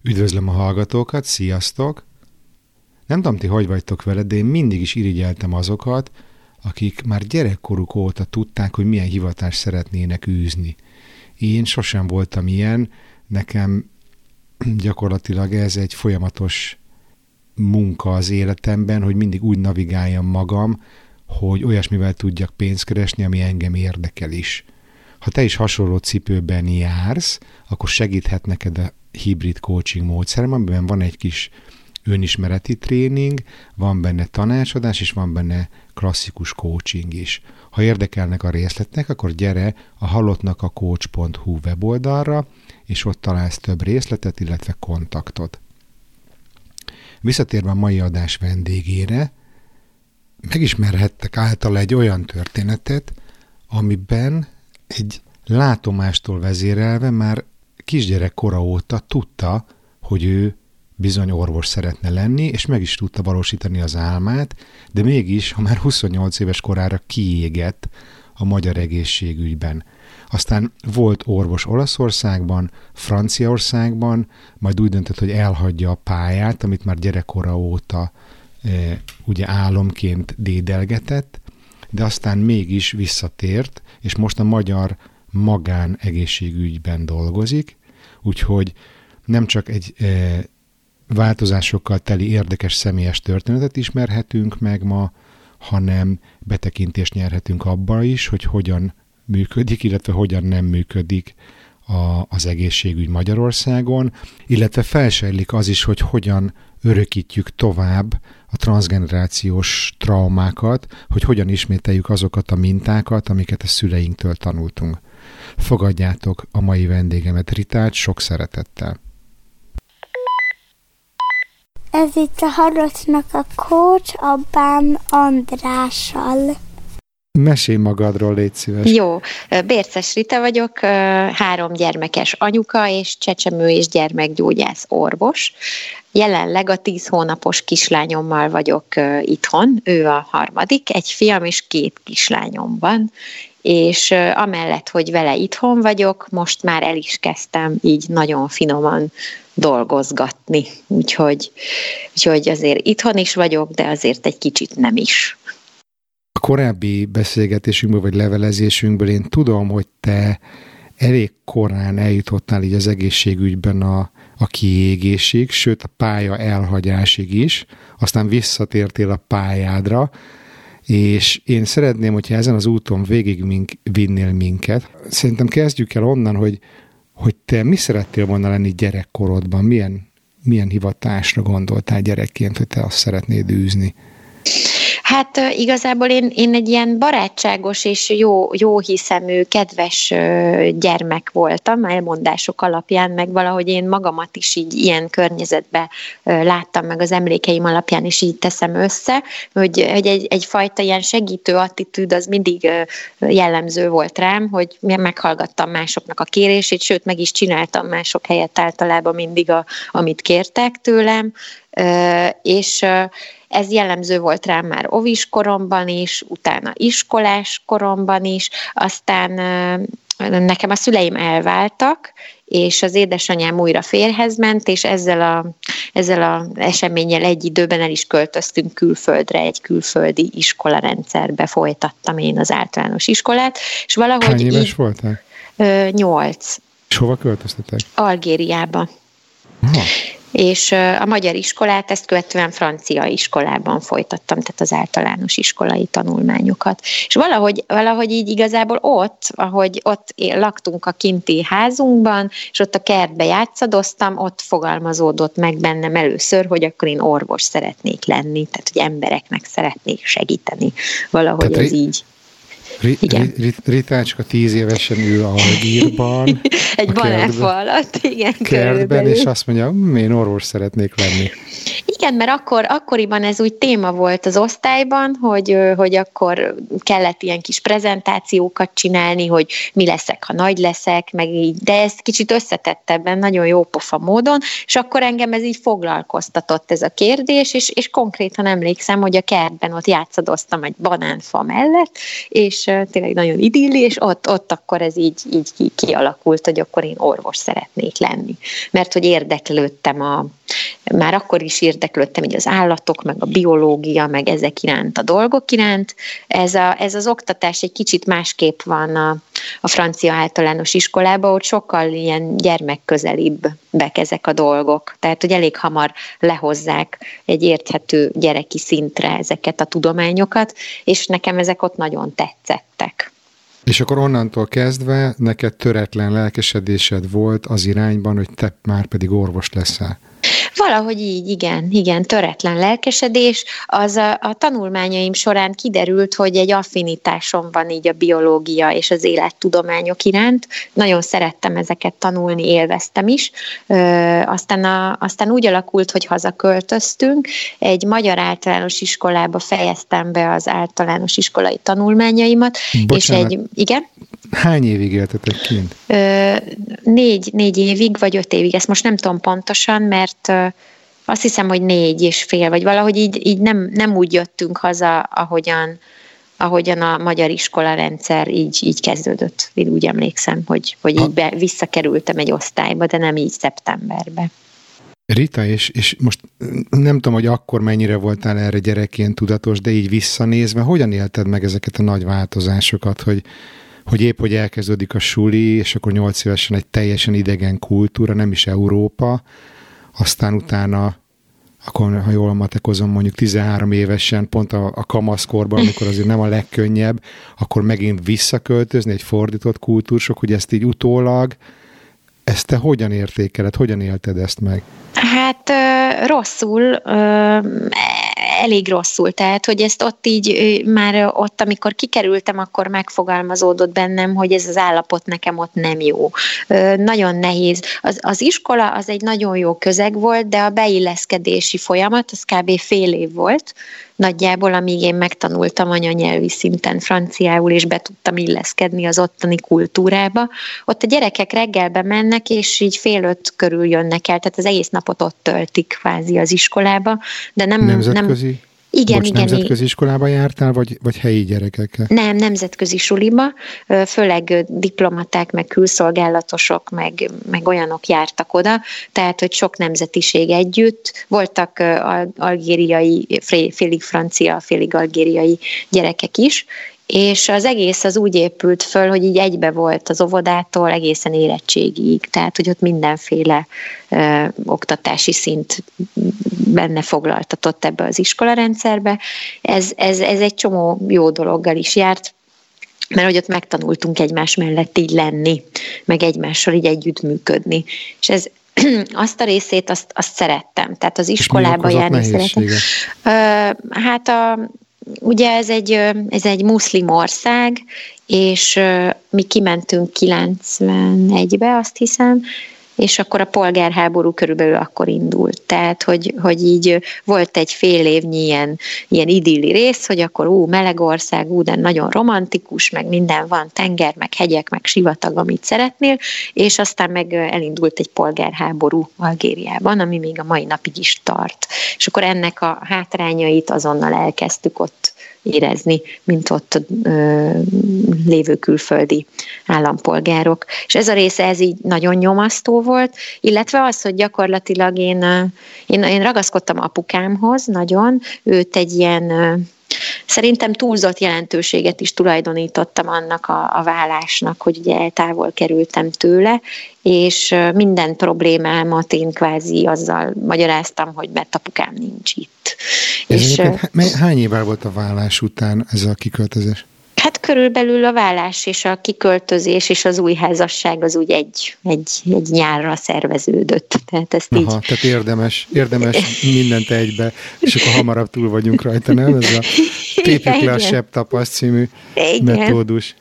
Üdvözlöm a hallgatókat, sziasztok! Nem tudom, ti hogy vagytok vele, de én mindig is irigyeltem azokat, akik már gyerekkoruk óta tudták, hogy milyen hivatást szeretnének űzni. Én sosem voltam ilyen, nekem gyakorlatilag ez egy folyamatos munka az életemben, hogy mindig úgy navigáljam magam, hogy olyasmivel tudjak pénzt keresni, ami engem érdekel is. Ha te is hasonló cipőben jársz, akkor segíthet neked a hibrid coaching módszerem, amiben van egy kis önismereti tréning, van benne tanácsadás, és van benne klasszikus coaching is. Ha érdekelnek a részletek, akkor gyere a hallottnakacoach.hu weboldalra, és ott találsz több részletet, illetve kontaktot. Visszatérve a mai adás vendégére, megismerhettek által egy olyan történetet, amiben egy látomástól vezérelve már kisgyerek kora óta tudta, hogy ő bizony orvos szeretne lenni, és meg is tudta valósítani az álmát, de mégis, ha már 28 éves korára kiégett a magyar egészségügyben. Aztán volt orvos Olaszországban, Franciaországban, majd úgy döntött, hogy elhagyja a pályát, amit már gyerekkora óta ugye álomként dédelgetett, de aztán mégis visszatért, és most a magyar magánegészségügyben dolgozik, úgyhogy nem csak egy változásokkal teli érdekes személyes történetet ismerhetünk meg ma, hanem betekintést nyerhetünk abba is, hogy hogyan működik, illetve hogyan nem működik az egészségügy Magyarországon, illetve felsejlik az is, hogy hogyan örökítjük tovább a transzgenerációs traumákat, hogy hogyan ismételjük azokat a mintákat, amiket a szüleinktől tanultunk. Fogadjátok a mai vendégemet, Ritát, sok szeretettel! Ez itt a Hallottnak a Coach Abbám Andrással. Mesélj magadról, légy szíves. Jó, Bérces Rita vagyok, 3 gyermekes anyuka és csecsemő és gyermekgyógyász orvos. Jelenleg a 10 hónapos kislányommal vagyok itthon, ő a 3., egy fiam és 2 kislányom van, és amellett, hogy vele itthon vagyok, most már el is kezdtem így nagyon finoman dolgozgatni, úgyhogy azért itthon is vagyok, de azért egy kicsit nem is. A korábbi beszélgetésünkből, vagy levelezésünkből én tudom, hogy te elég korán eljutottál így az egészségügyben a kiégésig, sőt a pálya elhagyásig is, aztán visszatértél a pályádra, és én szeretném, hogyha ezen az úton végigvinnél minket. Szerintem kezdjük el onnan, hogy te mi szerettél volna lenni gyerekkorodban, milyen hivatásra gondoltál gyerekként, hogy te azt szeretnéd űzni? Hát igazából én egy ilyen barátságos és jó hiszemű, kedves gyermek voltam, elmondások alapján, meg valahogy én magamat is így ilyen környezetben láttam, meg az emlékeim alapján is így teszem össze, hogy egyfajta ilyen segítő attitűd az mindig jellemző volt rám, hogy meghallgattam másoknak a kérését, sőt meg is csináltam mások helyett általában mindig, amit kértek tőlem, és ez jellemző volt rám már óvis koromban is, utána iskolás koromban is, aztán nekem a szüleim elváltak, és az édesanyám újra férjhez ment, és ezzel a eseménnyel egy időben el is költöztünk külföldre, egy külföldi iskolarendszerbe folytattam én az általános iskolát, és valahogy Hány éves voltál? 8. És hova költöztetek? Algériába. És a magyar iskolát ezt követően francia iskolában folytattam, tehát az általános iskolai tanulmányokat. És valahogy így igazából ott laktunk a kinti házunkban, és ott a kertbe játszadoztam, ott fogalmazódott meg bennem először, hogy akkor én orvos szeretnék lenni, tehát hogy embereknek szeretnék segíteni. Valahogy tehát ez így. Ritácska 10 évesen ül Algírban. Egy banánfa alatt, igen. Kertben, és azt mondja, én orvos szeretnék lenni. Igen, mert akkoriban ez úgy téma volt az osztályban, hogy akkor kellett ilyen kis prezentációkat csinálni, hogy mi leszek, ha nagy leszek, meg így, de ez kicsit összetettebben, nagyon jó pofa módon, és akkor engem ez így foglalkoztatott ez a kérdés, és konkrétan emlékszem, hogy a kertben ott játszadoztam egy banánfa mellett, és tényleg nagyon idilli, és ott akkor ez így kialakult, hogy akkor én orvos szeretnék lenni. Mert hogy már akkor is érdeklődtem így az állatok, meg a biológia, meg ezek iránt, a dolgok iránt. Ez az oktatás egy kicsit másképp van a francia általános iskolában, ott sokkal ilyen gyermekközelibbek ezek a dolgok. Tehát, hogy elég hamar lehozzák egy érthető gyereki szintre ezeket a tudományokat, és nekem ezek ott nagyon tetszettek. És akkor onnantól kezdve neked töretlen lelkesedésed volt az irányban, hogy te már pedig orvos leszel. Valahogy így, igen, töretlen lelkesedés. Az a tanulmányaim során kiderült, hogy egy affinitásom van így a biológia és az élettudományok iránt. Nagyon szerettem ezeket tanulni, élveztem is. Aztán úgy alakult, hogy hazaköltöztünk. Egy magyar általános iskolába fejeztem be az általános iskolai tanulmányaimat. Bocsánat. És igen? Hány évig éltetek kint? 4 évig, vagy 5 évig. Ezt most nem tudom pontosan, mert azt hiszem, hogy 4,5, vagy valahogy így nem úgy jöttünk haza, ahogyan a magyar iskola rendszer így kezdődött. Én úgy emlékszem, hogy így visszakerültem egy osztályba, de nem így szeptemberbe. Rita, és most nem tudom, hogy akkor mennyire voltál erre gyerekként tudatos, de így visszanézve, hogyan élted meg ezeket a nagy változásokat, hogy épp, hogy elkezdődik a suli, és akkor 8 évesen egy teljesen idegen kultúra, nem is Európa, aztán utána, akkor, ha jól matekozom, mondjuk 13 évesen, pont a kamaszkorban, amikor azért nem a legkönnyebb, akkor megint visszaköltözni egy fordított kultúrsok, hogy ezt így utólag, ezt te hogyan értékeled, hogyan élted ezt meg? Hát rosszul, elég rosszul, tehát, hogy ezt ott így már ott, amikor kikerültem, akkor megfogalmazódott bennem, hogy ez az állapot nekem ott nem jó. Nagyon nehéz. Az iskola az egy nagyon jó közeg volt, de a beilleszkedési folyamat, az kb. Fél év volt, nagyjából, amíg én megtanultam anyanyelvi szinten franciául, és be tudtam illeszkedni az ottani kultúrába. Ott a gyerekek reggelbe mennek, és így 4:30 körül jönnek el, tehát az egész napot ott töltik kvázi az iskolába, de nem... Nemzetközi? Igen. Nemzetközi iskolába jártál, vagy helyi gyerekekkel? Nem, nemzetközi suliba, főleg diplomaták, meg külszolgálatosok, meg olyanok jártak oda, tehát, hogy sok nemzetiség együtt. Voltak algériai, félig francia, félig algériai gyerekek is, és az egész az úgy épült föl, hogy így egybe volt az óvodától egészen érettségig, tehát hogy ott mindenféle oktatási szint benne foglaltatott ebbe az iskolarendszerbe. Ez egy csomó jó dologgal is járt, mert hogy ott megtanultunk egymás mellett így lenni, meg egymással így együttműködni. És ez azt a részét, azt szerettem. Tehát az iskolába járni szeretem. Hát ugye ez egy muszlim ország, és mi kimentünk 91-be, azt hiszem, és akkor a polgárháború körülbelül akkor indult. Tehát, hogy így volt egy fél évnyi ilyen idilli rész, hogy akkor meleg ország, de nagyon romantikus, meg minden van, tenger, meg hegyek, meg sivatag, amit szeretnél, és aztán meg elindult egy polgárháború Algériában, ami még a mai napig is tart. És akkor ennek a hátrányait azonnal elkezdtük ott érezni, mint ott lévő külföldi állampolgárok. És ez a része, ez így nagyon nyomasztó volt, illetve az, hogy gyakorlatilag én ragaszkodtam apukámhoz nagyon, őt egy ilyen, szerintem túlzott jelentőséget is tulajdonítottam annak a vállásnak, hogy ugye eltávol kerültem tőle, és minden problémámat én kvázi azzal magyaráztam, hogy mert apukám nincs itt. És hány évvel volt a vállás után ez a kiköltözés? Hát körülbelül a vállás és a kiköltözés és az új házasság az úgy egy nyárra szerveződött. Tehát ezt így... Tehát érdemes mindent egybe, és akkor hamarabb túl vagyunk rajta, nem? Ez a tépjük le a sebb tapaszt című metódus.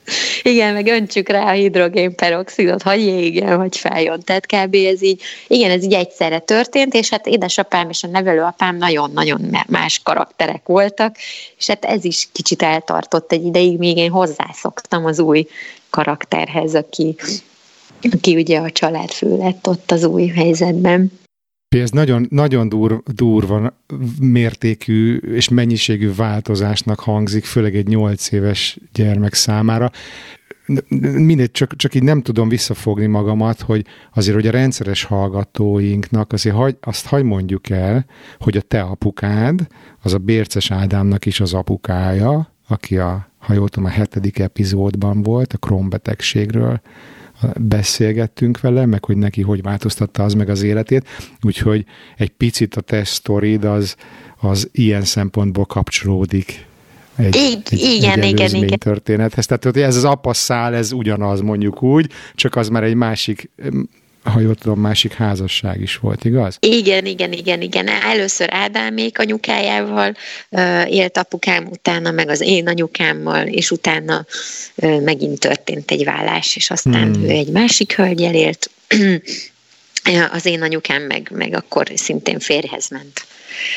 Igen, meg öntsük rá a hidrogénperoxidot, hogy jégjen, hogy feljon. Tehát kb. Ez így egyszerre történt, és hát édesapám és a nevelőapám nagyon-nagyon más karakterek voltak, és hát ez is kicsit eltartott egy ideig, míg én hozzászoktam az új karakterhez, aki ugye a családfő lett ott az új helyzetben. Ez nagyon, nagyon durva mértékű és mennyiségű változásnak hangzik, főleg egy 8 éves gyermek számára. Mindegy, csak így nem tudom visszafogni magamat, hogy azért, hogy a rendszeres hallgatóinknak azért azt hagy mondjuk el, hogy a te apukád, az a Bérces Ádámnak is az apukája, aki ha jól tudom, a 7. epizódban volt, a Crohn-betegségről beszélgettünk vele, meg hogy neki hogy változtatta az meg az életét, úgyhogy egy picit a te sztorid az ilyen szempontból kapcsolódik egy előzmény történethez. Tehát hogy ez az apa szál, ez ugyanaz mondjuk úgy, csak az már egy másik, ha jól tudom, másik házasság is volt, igaz? Igen. Először Ádámék anyukájával élt apukám, utána meg az én anyukámmal, és utána megint történt egy vállás, és aztán ő egy másik hölgyel élt. Az én anyukám meg akkor szintén férjhez ment.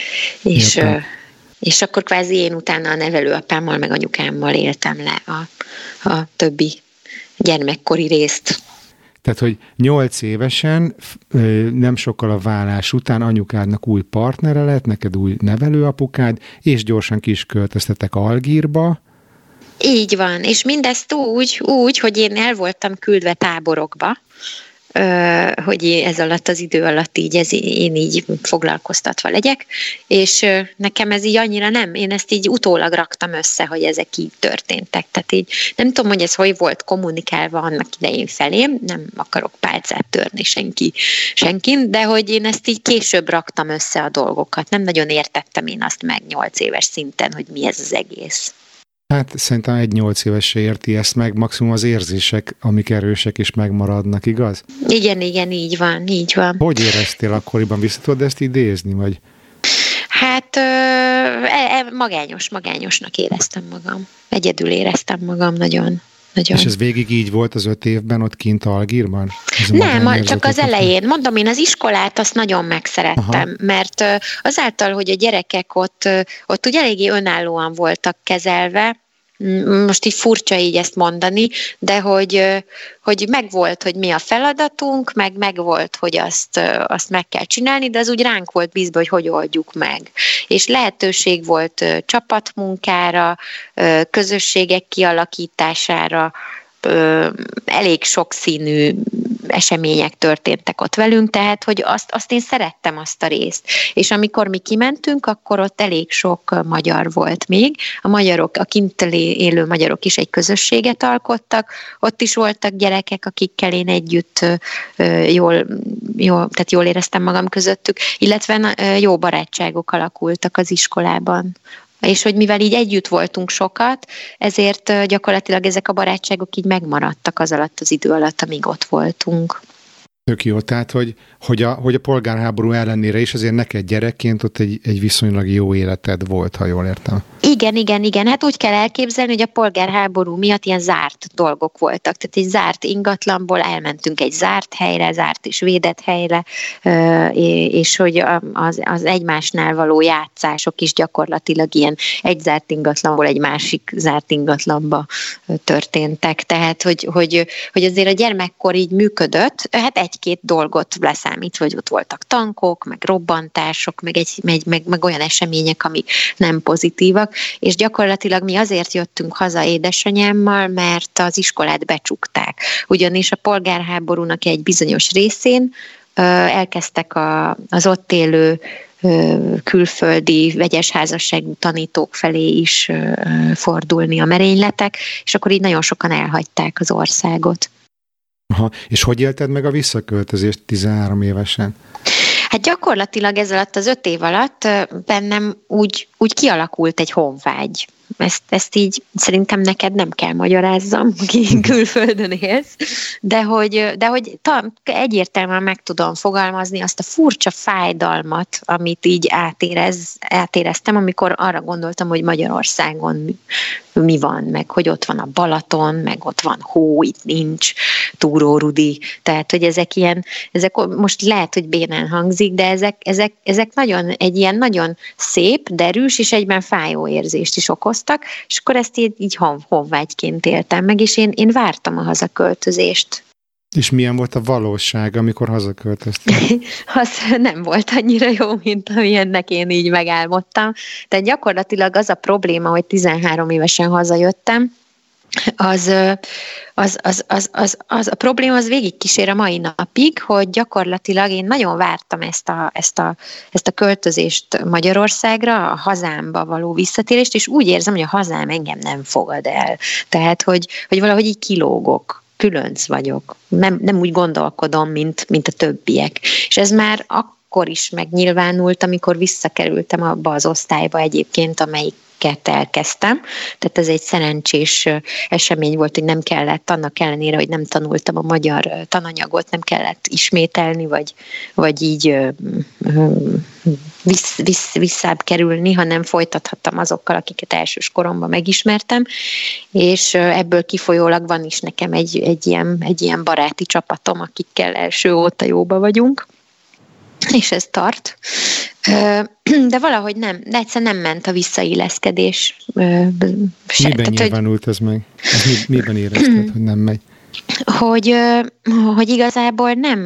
És akkor kvázi én utána a nevelőapámmal, meg anyukámmal éltem le a többi gyermekkori részt. Tehát, hogy 8 évesen, nem sokkal a vállás után anyukádnak új partnere lett, neked új nevelőapukád, és gyorsan ki is költöztetek Algírba. Így van, és mindezt úgy, hogy én el voltam küldve táborokba, hogy ez alatt az idő alatt én így foglalkoztatva legyek, és nekem ez így annyira nem, én ezt így utólag raktam össze, hogy ezek így történtek. Tehát így nem tudom, hogy ez hogy volt kommunikálva annak idején felém, nem akarok pálcát törni senkin, de hogy én ezt így később raktam össze a dolgokat. Nem nagyon értettem én azt meg 8 éves szinten, hogy mi ez az egész. Hát szerintem egy 8 éves se érti ezt meg, maximum az érzések, amik erősek és megmaradnak, igaz? Igen, így van. Hogy éreztél akkoriban? Vissza tudod ezt idézni, vagy? Hát magányosnak éreztem magam. Egyedül éreztem magam nagyon. És ez végig így volt az 5 évben ott kint Algírban? Nem, csak az elején. Mondom, én az iskolát azt nagyon megszerettem, mert azáltal, hogy a gyerekek ott ugye eléggé önállóan voltak kezelve, most így furcsa így ezt mondani, de hogy megvolt, hogy mi a feladatunk, megvolt, hogy azt meg kell csinálni, de az úgy ránk volt bízva, hogy oldjuk meg. És lehetőség volt csapatmunkára, közösségek kialakítására, elég sokszínű események történtek ott velünk, tehát, hogy azt én szerettem azt a részt. És amikor mi kimentünk, akkor ott elég sok magyar volt még. A magyarok, a kint élő magyarok is egy alkottak, ott is voltak gyerekek, akikkel én együtt jól éreztem magam közöttük, illetve jó barátságok alakultak az iskolában. És hogy mivel így együtt voltunk sokat, ezért gyakorlatilag ezek a barátságok így megmaradtak az alatt az idő alatt, amíg ott voltunk. Tök jó, tehát hogy a polgárháború ellenére is azért neked gyerekként ott egy viszonylag jó életed volt, ha jól értem. Igen. Hát úgy kell elképzelni, hogy a polgárháború miatt ilyen zárt dolgok voltak. Tehát egy zárt ingatlanból elmentünk egy zárt helyre, zárt és védett helyre, és hogy az egymásnál való játszások is gyakorlatilag ilyen egy zárt ingatlanból egy másik zárt ingatlanba történtek. Tehát, hogy azért a gyermekkor így működött, hát egy-két dolgot leszámítva, hogy ott voltak tankok, meg robbantások, meg olyan események, amik nem pozitívak, és gyakorlatilag mi azért jöttünk haza édesanyámmal, mert az iskolát becsukták. Ugyanis a polgárháborúnak egy bizonyos részén elkezdtek az ott élő külföldi vegyes házasságú tanítók felé is fordulni a merényletek, és akkor így nagyon sokan elhagyták az országot. Aha. És hogy élted meg a visszaköltözést 13 évesen? Hát gyakorlatilag ez alatt az 5 év alatt bennem úgy kialakult egy honvágy. Ezt így szerintem neked nem kell magyarázzam, ki külföldön élsz, de hogy egyértelműen meg tudom fogalmazni azt a furcsa fájdalmat, amit így átéreztem, amikor arra gondoltam, hogy Magyarországon mi van, meg hogy ott van a Balaton, meg ott van hó, itt nincs, Túró Rudi, tehát, hogy ezek most lehet, hogy bénán hangzik, de ezek nagyon, egy ilyen nagyon szép, derűs, és egyben fájó érzést is okoztak, és akkor ezt így honvágyként éltem meg, és én vártam a hazaköltözést. És milyen volt a valóság, amikor hazaköltöztem? Az nem volt annyira jó, mint amilyennek én így megálmodtam. Tehát gyakorlatilag az a probléma, hogy 13 évesen hazajöttem, az a probléma az végigkísér a mai napig, hogy gyakorlatilag én nagyon vártam ezt a költözést Magyarországra, a hazámba való visszatérést, és úgy érzem, hogy a hazám engem nem fogad el. Tehát, hogy valahogy így kilógok. Különc vagyok. Nem úgy gondolkodom, mint a többiek. És ez már akkor is megnyilvánult, amikor visszakerültem abba az osztályba egyébként, amelyiket elkezdtem. Tehát ez egy szerencsés esemény volt, hogy nem kellett, annak ellenére, hogy nem tanultam a magyar tananyagot, nem kellett ismételni, vagy így visszább kerülni, hanem folytathattam azokkal, akiket elsős koromban megismertem, és ebből kifolyólag van is nekem egy ilyen baráti csapatom, akikkel első óta jóba vagyunk, és ez tart. De valahogy nem, de egyszerűen nem ment a visszailleszkedés. Miben nyilvánult ez meg? Miben érezted, hogy nem megy? Hogy igazából nem...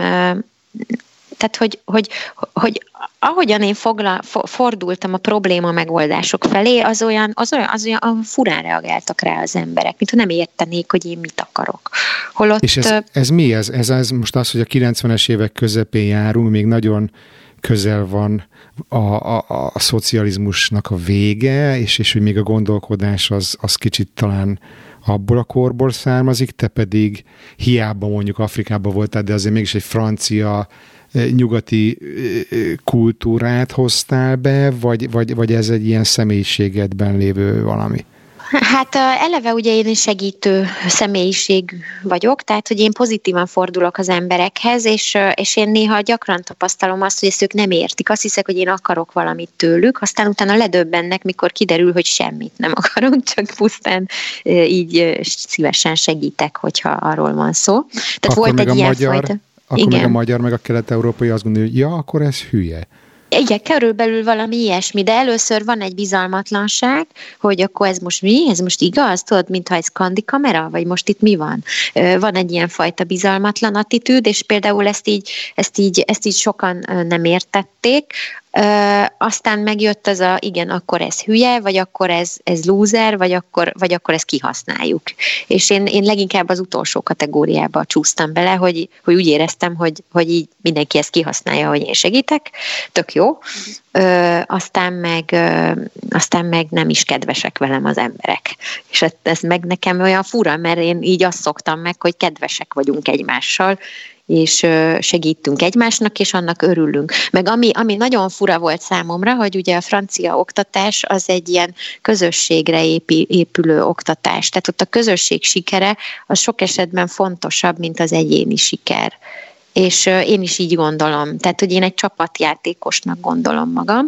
Tehát, hogy ahogyan én fordultam a probléma megoldások felé, az olyan furán reagáltak rá az emberek, mintha nem értenék, hogy én mit akarok. Holott... És ez mi? Ez most az, hogy a 90-es évek közepén járunk, még nagyon közel van a szocializmusnak a vége, és hogy még a gondolkodás az kicsit talán abból a korból származik, te pedig hiába mondjuk Afrikában voltál, de azért mégis egy francia nyugati kultúrát hoztál be, vagy ez egy ilyen személyiségedben lévő valami? Hát eleve ugye én segítő személyiség vagyok, tehát hogy én pozitívan fordulok az emberekhez, és én néha gyakran tapasztalom azt, hogy ezt ők nem értik. Azt hiszek, hogy én akarok valamit tőlük, aztán utána ledöbbennek, mikor kiderül, hogy semmit nem akarok, csak pusztán így szívesen segítek, hogyha arról van szó. Tehát akkor volt egy ilyen fajta... Akkor igen. Meg a magyar, meg a kelet-európai azt gondolja, hogy ja, akkor ez hülye. Igen, körülbelül valami ilyesmi, de először van egy bizalmatlanság, hogy akkor ez most mi? Ez most igaz? Tudod, mintha ez kandi kamera? Vagy most itt mi van? Van egy ilyen fajta bizalmatlan attitűd, és például ezt így sokan nem értették. Aztán megjött az igen, akkor ez hülye, vagy akkor ez lúzer, vagy akkor ezt kihasználjuk. És én leginkább az utolsó kategóriába csúsztam bele, hogy úgy éreztem, hogy így mindenki ezt kihasználja, hogy én segítek, tök jó. Aztán meg nem is kedvesek velem az emberek. És ez meg nekem olyan fura, mert én így azt szoktam meg, hogy kedvesek vagyunk egymással, és segítünk egymásnak, és annak örülünk. Meg ami nagyon fura volt számomra, hogy ugye a francia oktatás az egy ilyen közösségre épülő oktatás. Tehát ott a közösség sikere az sok esetben fontosabb, mint az egyéni siker. És én is így gondolom. Tehát, hogy én egy csapatjátékosnak gondolom magam,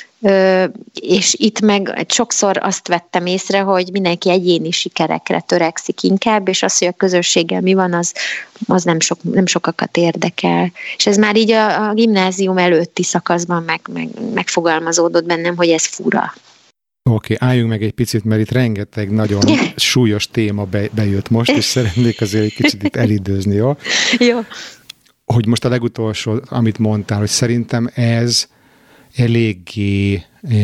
és itt meg sokszor azt vettem észre, hogy mindenki egyéni sikerekre törekszik inkább, és az, hogy a közösséggel mi van, az nem sokakat érdekel. És ez már így a gimnázium előtti szakaszban megfogalmazódott bennem, hogy ez fura. Oké, álljunk meg egy picit, mert itt rengeteg nagyon súlyos téma bejött most, és szeretnék azért egy kicsit itt elidőzni, jó? Jó. Hogy most a legutolsó, amit mondtál, hogy szerintem ez eléggé,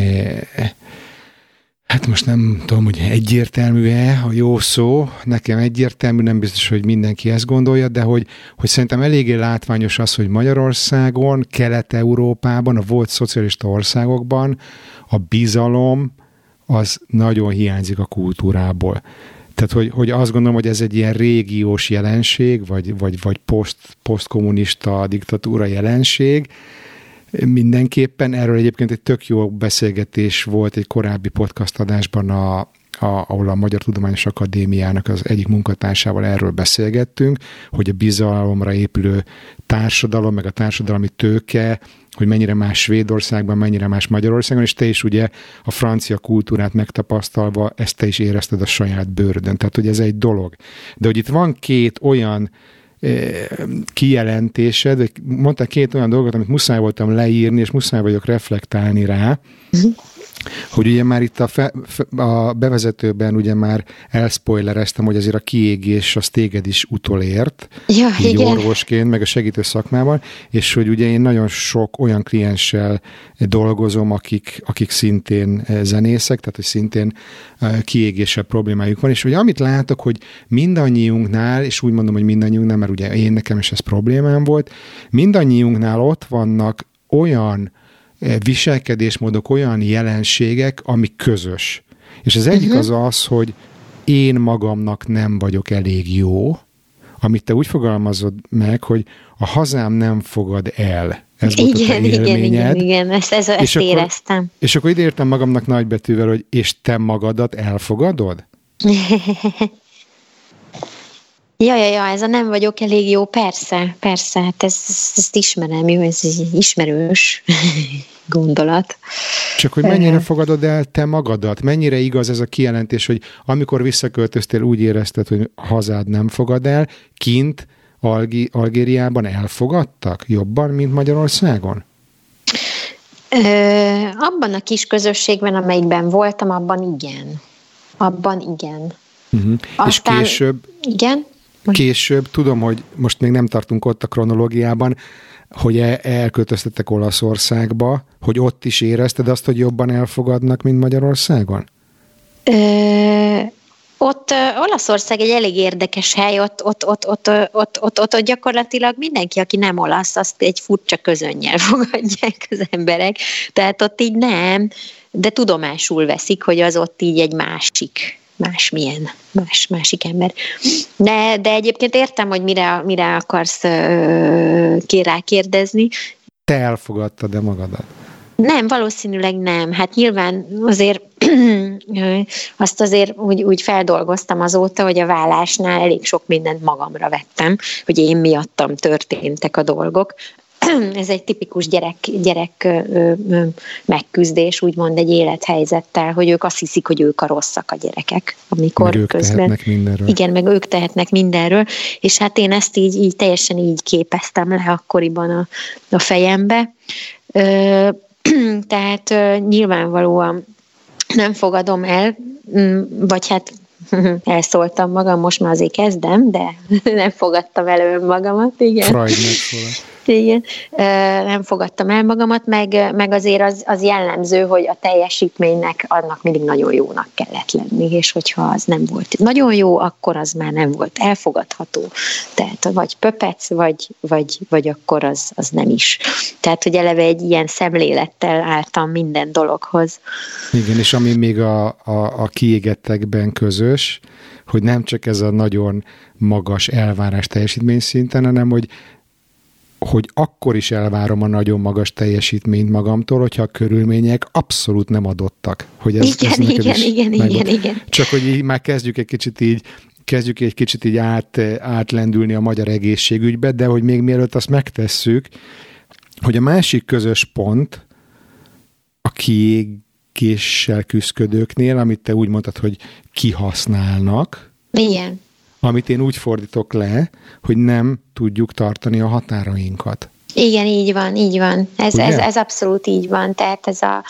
hát most nem tudom, hogy egyértelmű-e a jó szó, nekem egyértelmű, nem biztos, hogy mindenki ezt gondolja, de hogy szerintem eléggé látványos az, hogy Magyarországon, Kelet-Európában, a volt szocialista országokban a bizalom az nagyon hiányzik a kultúrából. Tehát, hogy azt gondolom, hogy ez egy ilyen régiós jelenség, vagy posztkommunista diktatúra jelenség. Mindenképpen erről egyébként egy tök jó beszélgetés volt egy korábbi podcast adásban, ahol a Magyar Tudományos Akadémiának az egyik munkatársával erről beszélgettünk, hogy a bizalomra épülő társadalom, meg a társadalmi tőke, hogy mennyire más Svédországban, mennyire más Magyarországon, és te is ugye a francia kultúrát megtapasztalva ezt te is érezted a saját bőrödön. Tehát, hogy ez egy dolog. De hogy itt van két olyan kijelentésed, vagy mondtál két olyan dolgot, amit muszáj voltam leírni, és muszáj vagyok reflektálni rá, hogy ugye már itt a bevezetőben ugye már elspoilereztem, hogy azért a kiégés az téged is utolért, ja, így igen. orvosként, meg a segítő szakmában, és hogy ugye én nagyon sok olyan klienssel dolgozom, akik szintén zenészek, tehát hogy szintén kiégéssel problémájuk van, és hogy amit látok, hogy mindannyiunknál, és úgy mondom, hogy mindannyiunknál, mert ugye én nekem is ez problémám volt, mindannyiunknál ott vannak olyan viselkedésmódok, olyan jelenségek, ami közös. És az egyik az, hogy én magamnak nem vagyok elég jó, amit te úgy fogalmazod meg, hogy a hazám nem fogad el. Ez volt a te élményed. Igen, ezt éreztem. És akkor ide értem magamnak nagybetűvel, hogy és te magadat elfogadod? Ja, ez a nem vagyok elég jó, persze, hát ezt ismerem, jó, ez egy ismerős gondolat. Csak hogy mennyire fogadod el te magadat? Mennyire igaz ez a kijelentés, hogy amikor visszaköltöztél, úgy érezted, hogy hazád nem fogad el, kint Algériában elfogadtak jobban, mint Magyarországon? Abban a kis közösségben, amelyikben voltam, abban igen. Uh-huh. Aztán, és később? Igen? Később, tudom, hogy most még nem tartunk ott a kronológiában, hogy elköltöztetek Olaszországba, hogy ott is érezted azt, hogy jobban elfogadnak, mint Magyarországon? Ott Olaszország egy elég érdekes hely, ott gyakorlatilag mindenki, aki nem olasz, azt egy furcsa közönnyel fogadják az emberek. Tehát ott így nem, de tudomásul veszik, hogy az ott így egy másik ember. De egyébként értem, hogy mire akarsz rákérdezni. Te elfogadtad-e magadat? Nem, valószínűleg nem. Hát nyilván azért azt azért úgy feldolgoztam azóta, hogy a vállásnál elég sok mindent magamra vettem, hogy én miattam történtek a dolgok. Ez egy tipikus gyerek megküzdés, úgymond egy élethelyzettel, hogy ők azt hiszik, hogy ők a rosszak a gyerekek, amikor meg ők közben... tehetnek mindenről. Igen, meg ők tehetnek mindenről, és hát én ezt így teljesen így képeztem le akkoriban a fejembe. Tehát nyilvánvalóan nem fogadom el, vagy hát elszóltam magam, most már azért kezdem, de nem fogadtam el önmagamat, igen. Freud megszólalt. Igen, nem fogadtam el magamat, meg azért az jellemző, hogy a teljesítménynek annak mindig nagyon jónak kellett lenni, és hogyha az nem volt nagyon jó, akkor az már nem volt elfogadható. Tehát vagy pöpec, vagy akkor az nem is. Tehát, hogy eleve egy ilyen szemlélettel álltam minden dologhoz. Igen, és ami még a kiégettekben közös, hogy nem csak ez a nagyon magas elvárás teljesítmény szinten, hanem hogy akkor is elvárom a nagyon magas teljesítményt magamtól, hogyha a körülmények abszolút nem adottak. Hogy ez igen. Csak hogy így már kezdjük egy kicsit így átlendülni a magyar egészségügybe, de hogy még mielőtt azt megtesszük, hogy a másik közös pont a kiégéssel küszködőknél, amit te úgy mondtad, hogy kihasználnak, igen. Amit én úgy fordítok le, hogy nem tudjuk tartani a határainkat. Igen, így van. Ez abszolút így van. Tehát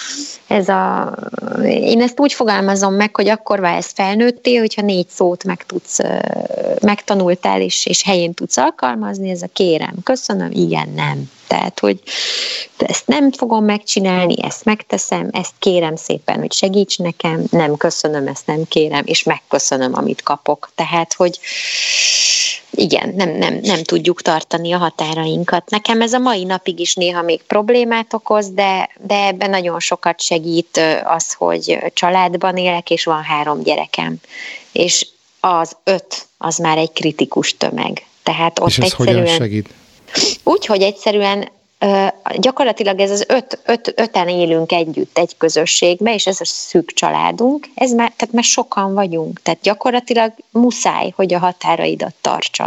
én ezt úgy fogalmazom meg, hogy akkor válsz felnőttél, hogyha 4 szót megtanultál, és helyén tudsz alkalmazni, ez a kérem, köszönöm, igen, nem. Tehát, hogy ezt nem fogom megcsinálni, ezt megteszem, ezt kérem szépen, hogy segíts nekem, nem köszönöm, ezt nem kérem, és megköszönöm, amit kapok. Tehát, hogy igen, nem tudjuk tartani a határainkat. Nekem ez a mai napig is néha még problémát okoz, de ebben nagyon sokat segít az, hogy családban élek, és van 3 gyerekem. És az 5, az már egy kritikus tömeg. Tehát ott és ez hogyan segít? Úgy, hogy egyszerűen gyakorlatilag ez az 5-en élünk együtt egy közösségbe, és ez a szűk családunk, tehát már sokan vagyunk. Tehát gyakorlatilag muszáj, hogy a határaidat tartsad.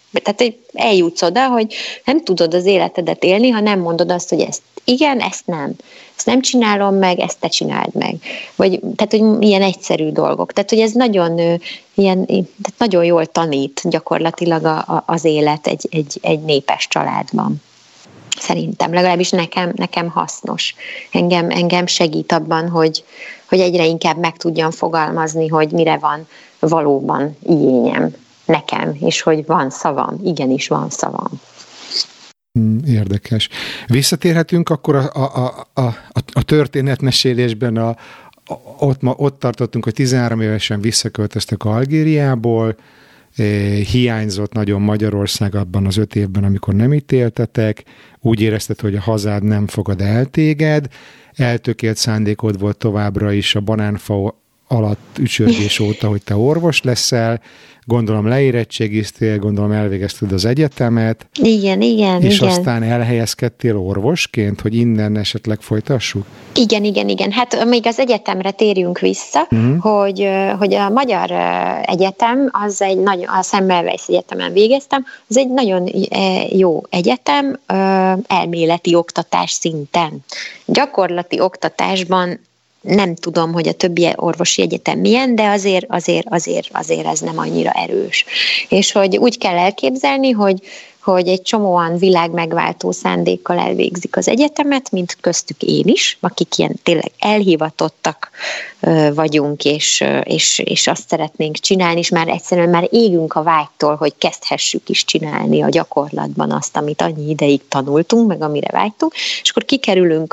Tehát, hogy eljutsz oda, hogy nem tudod az életedet élni, ha nem mondod azt, hogy ezt igen, ezt nem csinálom meg, ezt te csináld meg. Vagy, tehát, hogy ilyen egyszerű dolgok. Tehát, hogy ez nagyon, tehát nagyon jól tanít gyakorlatilag az élet egy népes családban. Szerintem, legalábbis nekem hasznos. Engem segít abban, hogy egyre inkább meg tudjam fogalmazni, hogy mire van valóban igényem nekem, és hogy van szavam, igenis van szavam. Érdekes. Visszatérhetünk akkor a történetmesélésben, ott tartottunk, hogy 13 évesen visszaköltöztek Algériából, hiányzott nagyon Magyarország abban az 5 évben, amikor nem itt éltetek, úgy érezted, hogy a hazád nem fogad el téged, eltökélt szándékod volt továbbra is a banánfa alatt ücsörgés óta, hogy te orvos leszel, gondolom leérettségiztél, gondolom elvégezted az egyetemet. Igen. És aztán elhelyezkedtél orvosként, hogy innen esetleg folytassuk? Igen. Hát még az egyetemre térjünk vissza, hogy a Magyar Egyetem, az egy nagyon, a Semmelweis Egyetemen végeztem, az egy nagyon jó egyetem, elméleti oktatás szinten. Gyakorlati oktatásban nem tudom, hogy a többi orvosi egyetem milyen, de azért ez nem annyira erős. És hogy úgy kell elképzelni, hogy egy csomóan világmegváltó szándékkal elvégzik az egyetemet, mint köztük én is, akik ilyen tényleg elhivatottak vagyunk, és azt szeretnénk csinálni, és már egyszerűen égünk a vágytól, hogy kezdhessük is csinálni a gyakorlatban azt, amit annyi ideig tanultunk, meg amire vágytunk, és akkor kikerülünk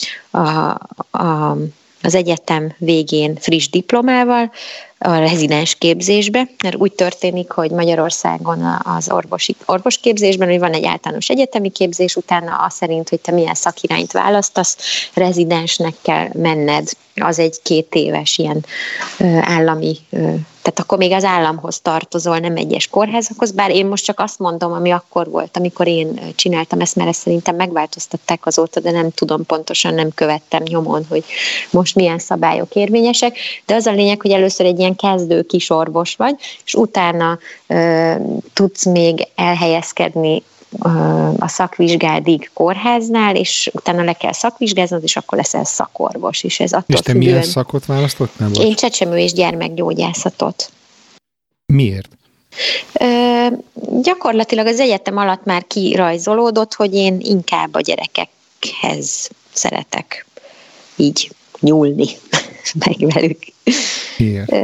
az egyetem végén friss diplomával a rezidens képzésbe, mert úgy történik, hogy Magyarországon az orvosképzésben, hogy van egy általános egyetemi képzés, utána az szerint, hogy te milyen szakirányt választasz, rezidensnek kell menned. Az egy 2 éves ilyen állami, tehát akkor még az államhoz tartozol, nem egyes kórházakhoz, bár én most csak azt mondom, ami akkor volt, amikor én csináltam ezt, mert ezt szerintem megváltoztatták azóta, de nem tudom pontosan, nem követtem nyomon, hogy most milyen szabályok érvényesek, de az a lényeg, hogy először egy ilyen kezdő kisorvos vagy, és utána tudsz még elhelyezkedni a szakvizsgádig kórháznál, és utána le kell szakvizsgáznod, és akkor leszel szakorvos. És ez attól és te milyen szakot választottál? Én csecsemő és gyermekgyógyászatot. Miért? Gyakorlatilag az egyetem alatt már kirajzolódott, hogy én inkább a gyerekekhez szeretek így nyúlni meg velük. Miért?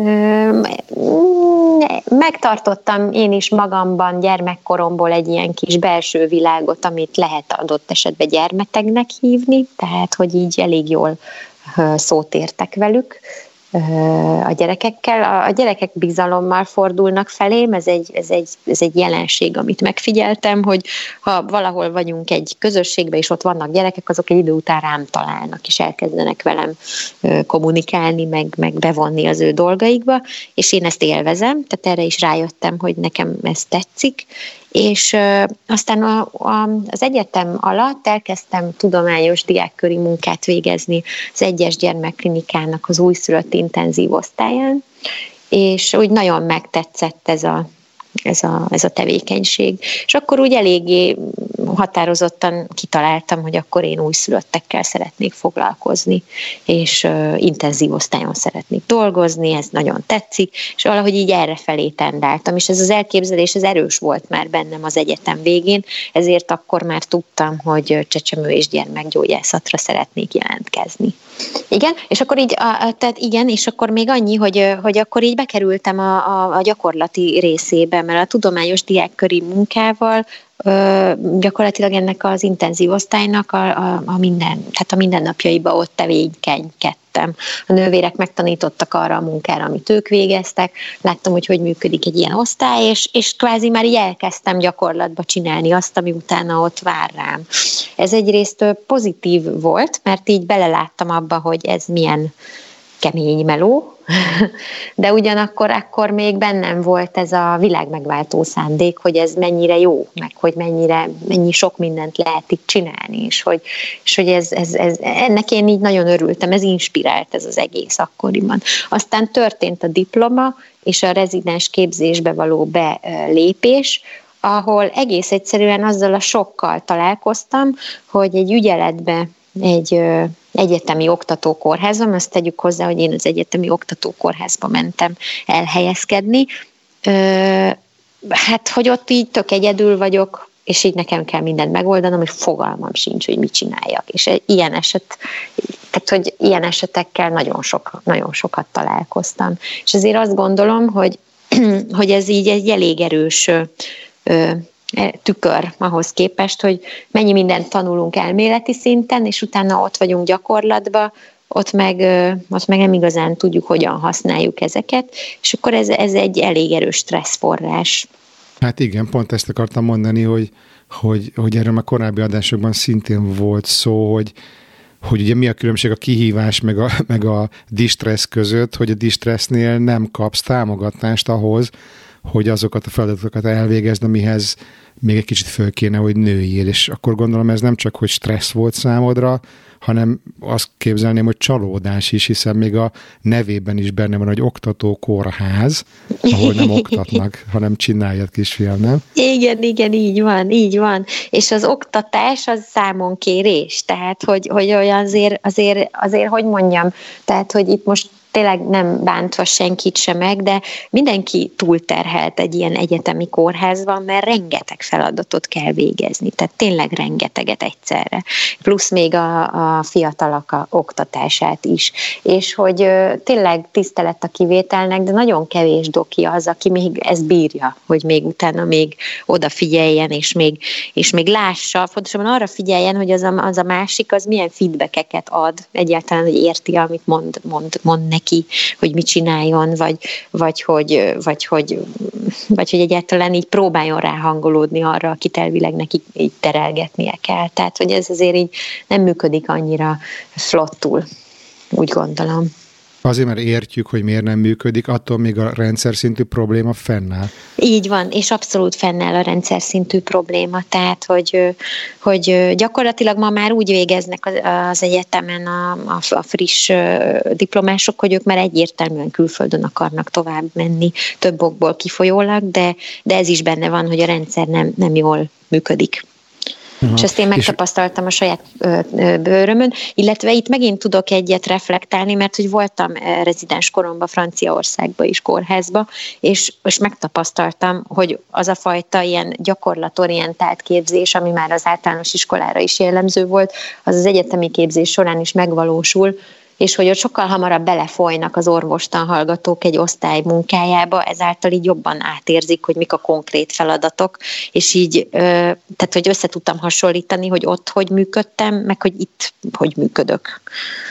Megtartottam én is magamban gyermekkoromból egy ilyen kis belső világot, amit lehet adott esetben gyermetegnek hívni, tehát hogy így elég jól szót értek velük a gyerekekkel. A gyerekek bizalommal fordulnak felém, ez egy jelenség, amit megfigyeltem, hogy ha valahol vagyunk egy közösségben, és ott vannak gyerekek, azok egy idő után rám találnak, és elkezdenek velem kommunikálni, meg bevonni az ő dolgaikba, és én ezt élvezem, tehát erre is rájöttem, hogy nekem ez tetszik, és aztán az egyetem alatt elkezdtem tudományos diákköri munkát végezni az Egyes Gyermekklinikának az újszülött intenzív osztályán, és úgy nagyon megtetszett ez a tevékenység. És akkor úgy eléggé határozottan kitaláltam, hogy akkor én újszülöttekkel szeretnék foglalkozni, és intenzív osztályon szeretnék dolgozni, ez nagyon tetszik, és valahogy így errefelé tendáltam, és ez az elképzelés, ez erős volt már bennem az egyetem végén, ezért akkor már tudtam, hogy csecsemő és gyermekgyógyászatra szeretnék jelentkezni. Igen, és akkor így, tehát igen, és akkor még annyi, hogy akkor így bekerültem a gyakorlati részébe, mert a tudományos diákköri munkával gyakorlatilag ennek az intenzív osztálynak a mindennapjaiba ott tevékenykedtem. A nővérek megtanítottak arra a munkára, amit ők végeztek, láttam, hogy működik egy ilyen osztály, és kvázi már így elkezdtem gyakorlatba csinálni azt, ami utána ott vár rám. Ez egyrészt pozitív volt, mert így beleláttam abba, hogy ez milyen kemény meló, de ugyanakkor akkor még bennem volt ez a világmegváltó szándék, hogy ez mennyire jó, meg hogy mennyi sok mindent lehet itt csinálni, és hogy ez ennek én így nagyon örültem, ez inspirált ez az egész akkoriban. Aztán történt a diploma, és a rezidens képzésbe való belépés, ahol egész egyszerűen azzal a sokkal találkoztam, hogy egy ügyeletbe, egy egyetemi oktatókórházban, azt tegyük hozzá, hogy én az egyetemi oktatókórházba mentem elhelyezkedni, hát, hogy ott így tök egyedül vagyok, és így nekem kell mindent megoldanom, hogy fogalmam sincs, hogy mit csináljak. És ilyen esetekkel nagyon sokat találkoztam. És azért azt gondolom, hogy ez így egy elég erős tükör ahhoz képest, hogy mennyi mindent tanulunk elméleti szinten, és utána ott vagyunk gyakorlatban, ott meg nem igazán tudjuk, hogyan használjuk ezeket, és akkor ez egy elég erős stresszforrás. Hát igen, pont ezt akartam mondani, hogy erről már korábbi adásokban szintén volt szó, hogy ugye mi a különbség a kihívás meg a distressz között, hogy a distressznél nem kapsz támogatást ahhoz, hogy azokat a feladatokat elvégezd, amihez még egy kicsit föl kéne, hogy nőjél, és akkor gondolom ez nem csak, hogy stressz volt számodra, hanem azt képzelném, hogy csalódás is, hiszen még a nevében is benne van, hogy oktatókórház, ahol nem oktatnak, hanem csináljad, kisfiam, nem? Igen, így van. És az oktatás az számonkérés, tehát, hogy olyan azért, hogy mondjam, tehát, hogy itt most tényleg nem bántva senkit sem meg, de mindenki túlterhelt egy ilyen egyetemi kórházban, mert rengeteg feladatot kell végezni, tehát tényleg rengeteget egyszerre. Plusz még a fiatalok oktatását is. És hogy tényleg tisztelet a kivételnek, de nagyon kevés doki az, aki még ezt bírja, hogy még utána még odafigyeljen, és még lássa, fontosabban arra figyeljen, hogy az a másik, az milyen feedbackeket ad, egyáltalán, hogy érti, amit mond neki, hogy mit csináljon, vagy hogy egyáltalán így próbáljon ráhangolódni arra, akit elvileg neki így terelgetnie kell. Tehát, hogy ez azért így nem működik annyira flottul, úgy gondolom. Azért, mert értjük, hogy miért nem működik, attól még a rendszer szintű probléma fennáll. Így van, és abszolút fennáll a rendszer szintű probléma, tehát, hogy gyakorlatilag ma már úgy végeznek az egyetemen a friss diplomások, hogy ők már egyértelműen külföldön akarnak tovább menni, több okból kifolyólag, de ez is benne van, hogy a rendszer nem jól működik. Aha. És ezt én megtapasztaltam a saját bőrömön, illetve itt megint tudok egyet reflektálni, mert hogy voltam rezidens koromban Franciaországban is kórházba, és megtapasztaltam, hogy az a fajta ilyen gyakorlatorientált képzés, ami már az általános iskolára is jellemző volt, az egyetemi képzés során is megvalósul, és hogy ott sokkal hamarabb belefolynak az orvostanhallgatók egy osztály munkájába, ezáltal így jobban átérzik, hogy mik a konkrét feladatok, és így, tehát hogy össze tudtam hasonlítani, hogy ott hogy működtem, meg hogy itt hogy működök.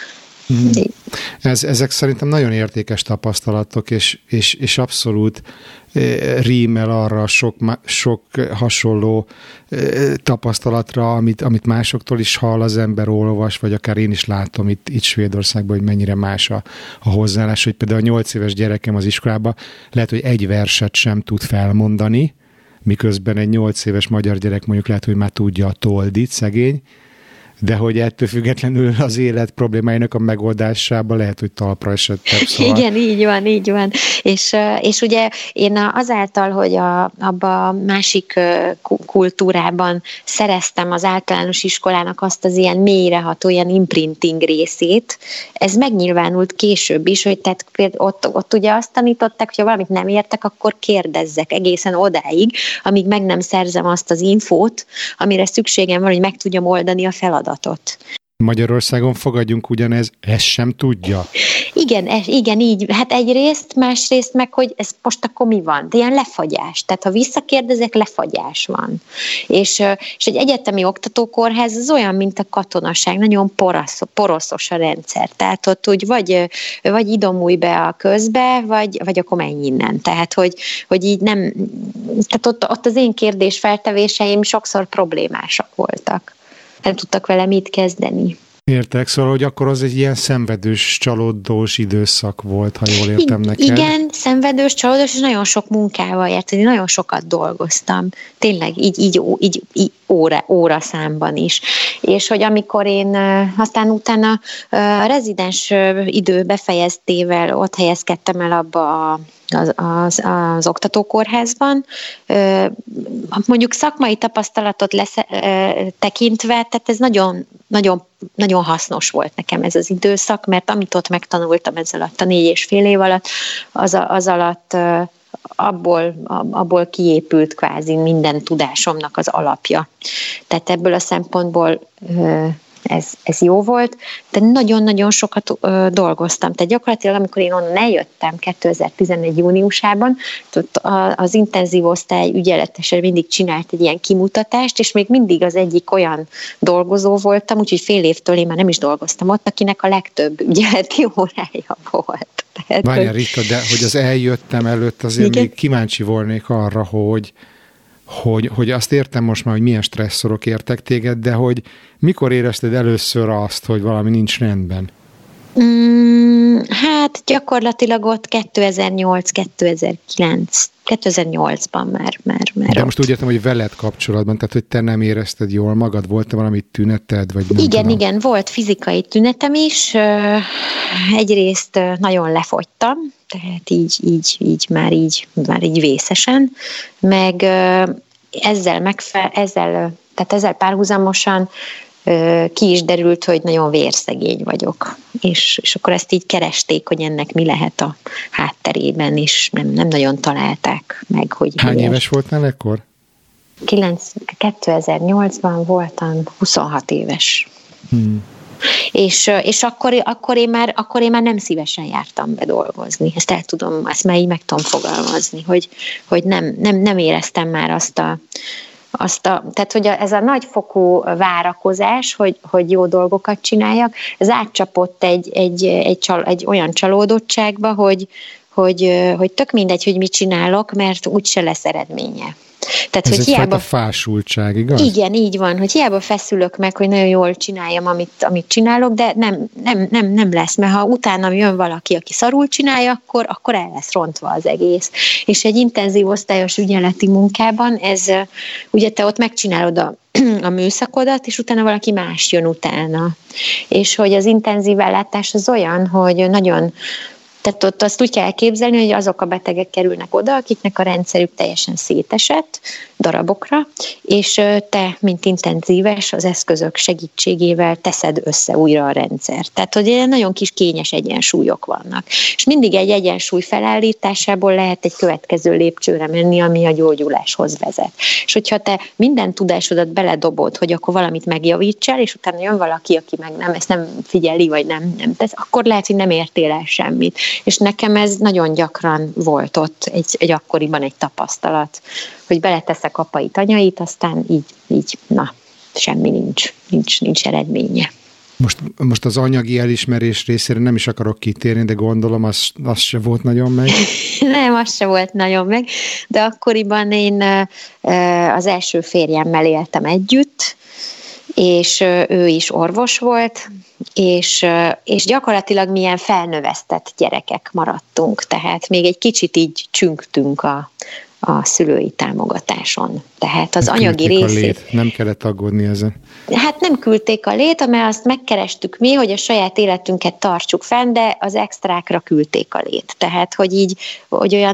Ezek szerintem nagyon értékes tapasztalatok, és abszolút rímel arra sok hasonló tapasztalatra, amit másoktól is hall az ember, olvas, vagy akár én is látom itt Svédországban, hogy mennyire más a hozzáállás, hogy például a 8 éves gyerekem az iskolában lehet, hogy egy verset sem tud felmondani, miközben egy 8 éves magyar gyerek mondjuk lehet, hogy már tudja a toldit, szegény, de hogy ettől függetlenül az élet problémáinak a megoldásába lehet, hogy talpra esettek. Szóval. Igen, így van. És ugye én azáltal, hogy abba a másik kultúrában szereztem az általános iskolának azt az ilyen mélyreható, ilyen imprinting részét, ez megnyilvánult később is, hogy tehát ott ugye azt tanították, hogyha valamit nem értek, akkor kérdezzek egészen odáig, amíg meg nem szerzem azt az infót, amire szükségem van, hogy meg tudjam oldani a feladatot. Magyarországon fogadjunk ugyanez, ezt sem tudja. Igen, így. Hát egyrészt, másrészt meg, hogy ez most akkor mi van? De ilyen lefagyás. Tehát ha visszakérdezek, lefagyás van. És egy egyetemi oktatókórház az olyan, mint a katonaság, nagyon poroszos a rendszer. Tehát ott úgy vagy idomulj be a közbe, vagy akkor menj innen. Tehát, hogy így nem... Tehát ott az én kérdésfeltevéseim sokszor problémásak voltak. Nem tudtak vele mit kezdeni. Értek, szóval, hogy akkor az egy ilyen szenvedős, csalódós időszak volt, ha jól értem neked. Igen, szenvedős, csalódós, és nagyon sok munkával járt, nagyon sokat dolgoztam. Tényleg, így óra számban is. És hogy amikor én aztán utána a rezidens idő befejeztével ott helyezkedtem el abba az oktatókórházban, mondjuk szakmai tapasztalatot tekintve, tehát ez nagyon, nagyon, nagyon hasznos volt nekem ez az időszak, mert amit ott megtanultam ez alatt a 4,5 év alatt, az alatt abból kiépült kvázi minden tudásomnak az alapja. Tehát ebből a szempontból ez jó volt, de nagyon-nagyon sokat dolgoztam. Tehát gyakorlatilag, amikor én onnan eljöttem 2014. júniusában, az intenzív osztály ügyeletesen mindig csinált egy ilyen kimutatást, és még mindig az egyik olyan dolgozó voltam, úgyhogy fél évtől én már nem is dolgoztam ott, akinek a legtöbb ügyeleti órája volt. Várjál, Rita, de hogy az eljöttem előtt, azért igen? Még kíváncsi volnék arra, hogy azt értem most már, hogy milyen stresszorok értek téged, de hogy mikor érezted először azt, hogy valami nincs rendben? Hát gyakorlatilag ott 2008-ban már. De most úgy értem, hogy veled kapcsolatban, tehát hogy te nem érezted jól magad, volt-e valami tüneted? Vagy nem igen, volt fizikai tünetem is. Egyrészt nagyon lefogytam, tehát így már vészesen, meg ezzel párhuzamosan ki is derült, hogy nagyon vérszegény vagyok. És akkor ezt így keresték, hogy ennek mi lehet a hátterében, és nem nagyon találták meg, hogy... Hány éves voltál ekkor? 2008-ban voltam 26 éves. És akkor én már nem szívesen jártam be dolgozni. Ezt már így meg tudom fogalmazni, hogy nem éreztem már tehát, hogy ez a nagyfokú várakozás, hogy jó dolgokat csináljak, ez átcsapott egy olyan csalódottságba, hogy tök mindegy, hogy mit csinálok, mert úgyse lesz eredménye. Tehát, ez hogy egyfajta fásultság, igaz? Igen, így van, hogy hiába feszülök meg, hogy nagyon jól csináljam, amit csinálok, de nem lesz, mert ha utána jön valaki, aki szarul csinálja, akkor el lesz rontva az egész. És egy intenzív osztályos ügyeleti munkában ugye te ott megcsinálod a műszakodat, és utána valaki más jön utána. És hogy az intenzív ellátás az olyan, hogy nagyon... Tehát ott azt úgy kell elképzelni, hogy azok a betegek kerülnek oda, akiknek a rendszerük teljesen szétesett darabokra, és te, mint intenzíves, az eszközök segítségével teszed össze újra a rendszert. Tehát, hogy nagyon kis kényes egyensúlyok vannak. És mindig egy egyensúly felállításából lehet egy következő lépcsőre menni, ami a gyógyuláshoz vezet. És hogyha te minden tudásodat beledobod, hogy akkor valamit megjavítsál, és utána jön valaki, aki meg ezt nem figyeli, vagy nem tesz, akkor lehet, hogy nem értél el semmit. És nekem ez nagyon gyakran volt ott akkoriban egy tapasztalat, hogy beleteszek apait, anyait, aztán így semmi nincs eredménye. Most az anyagi elismerés részére nem is akarok kitérni, de gondolom, az se volt nagyon meg. Nem, az se volt nagyon meg, de akkoriban én az első férjemmel éltem együtt, és ő is orvos volt, és gyakorlatilag milyen felnövesztett gyerekek maradtunk, tehát még egy kicsit így csüngtünk a szülői támogatáson. Tehát az anyagi részét... Nem kellett aggódni ezen. Hát nem küldték a lét, mert azt megkerestük mi, hogy a saját életünket tartsuk fenn, de az extrákra küldték a lét. Tehát, hogy olyan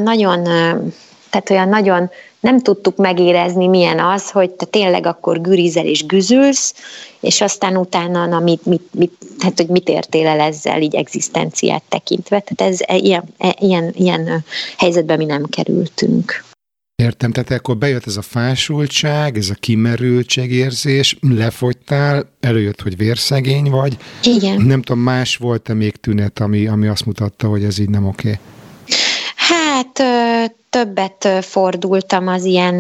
nagyon nem tudtuk megérezni, milyen az, hogy te tényleg akkor gürizel és güzülsz, és aztán utána hogy mit értél el ezzel így egzisztenciát tekintve. Tehát ilyen helyzetben mi nem kerültünk. Értem, tehát akkor bejött ez a fásultság, ez a kimerültségérzés, lefogytál, előjött, hogy vérszegény vagy. Igen. Nem tudom, más volt-e még tünet, ami azt mutatta, hogy ez így nem oké? Hát többet fordultam az ilyen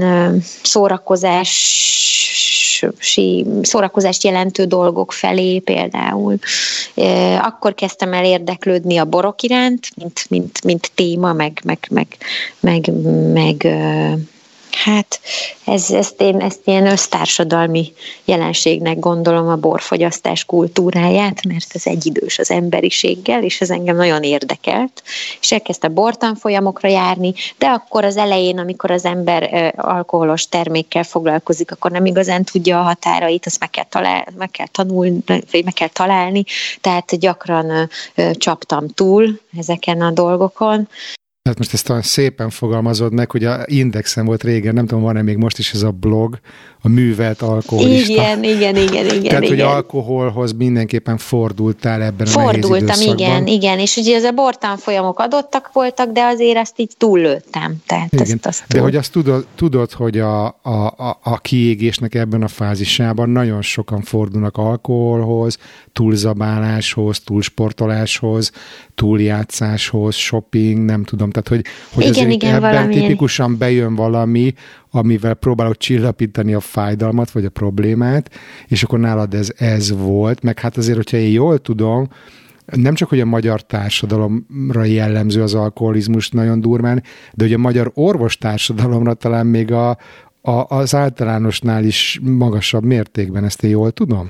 szórakozást jelentő dolgok felé például. Akkor kezdtem el érdeklődni a borok iránt, mint téma, meg Hát ezt ilyen össztársadalmi jelenségnek gondolom a borfogyasztás kultúráját, mert ez egyidős az emberiséggel, és ez engem nagyon érdekelt, és elkezdtem bortanfolyamokra járni, de akkor az elején, amikor az ember alkoholos termékkel foglalkozik, akkor nem igazán tudja a határait, azt meg kell tanulni, vagy meg kell találni, tehát gyakran csaptam túl ezeken a dolgokon. Hát most ezt szépen fogalmazod meg, hogy a Indexen volt régen, nem tudom, van-e még most is ez a blog, a művelt alkoholista. Igen. Tehát, hogy alkoholhoz mindenképpen fordultál ebben a nehéz időszakban. Igen, és ugye ez a bortanfolyamok adottak voltak, de azért ezt így túllőttem. Tehát de hogy azt tudod, hogy a kiégésnek ebben a fázisában nagyon sokan fordulnak alkoholhoz, túlzabáláshoz, túlsportoláshoz, túljátszáshoz, shopping, nem tudom, tehát hogy azért ebben tipikusan bejön valami, amivel próbálod csillapítani a fájdalmat, vagy a problémát, és akkor nálad ez volt, meg hát azért, hogyha én jól tudom, nem csak, hogy a magyar társadalomra jellemző az alkoholizmus nagyon durván, de hogy a magyar orvostársadalomra talán még az általánosnál is magasabb mértékben, ezt én jól tudom?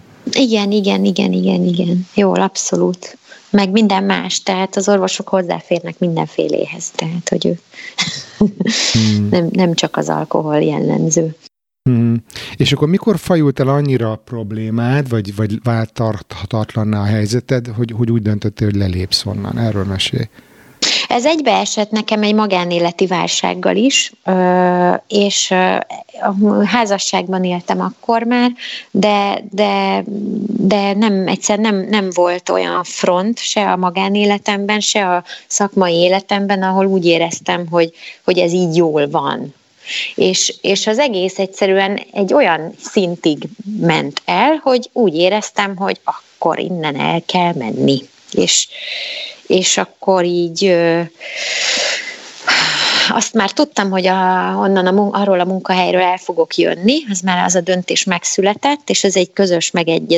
Igen. Jól, abszolút. Meg minden más, tehát az orvosok hozzáférnek mindenféléhez, tehát hogy ők nem csak az alkohol jellemző. És akkor mikor fajult el annyira a problémád, vagy vált tarthatatlanná a helyzeted, hogy úgy döntöttél, hogy lelépsz onnan? Erről mesélj. Ez egybeesett nekem egy magánéleti válsággal is, és a házasságban éltem akkor már, de nem volt olyan front se a magánéletemben, se a szakmai életemben, ahol úgy éreztem, hogy ez így jól van. És az egész egyszerűen egy olyan szintig ment el, hogy úgy éreztem, hogy akkor innen el kell menni. És akkor így azt már tudtam, hogy onnan arról a munkahelyről el fogok jönni, az a döntés megszületett, és ez egy közös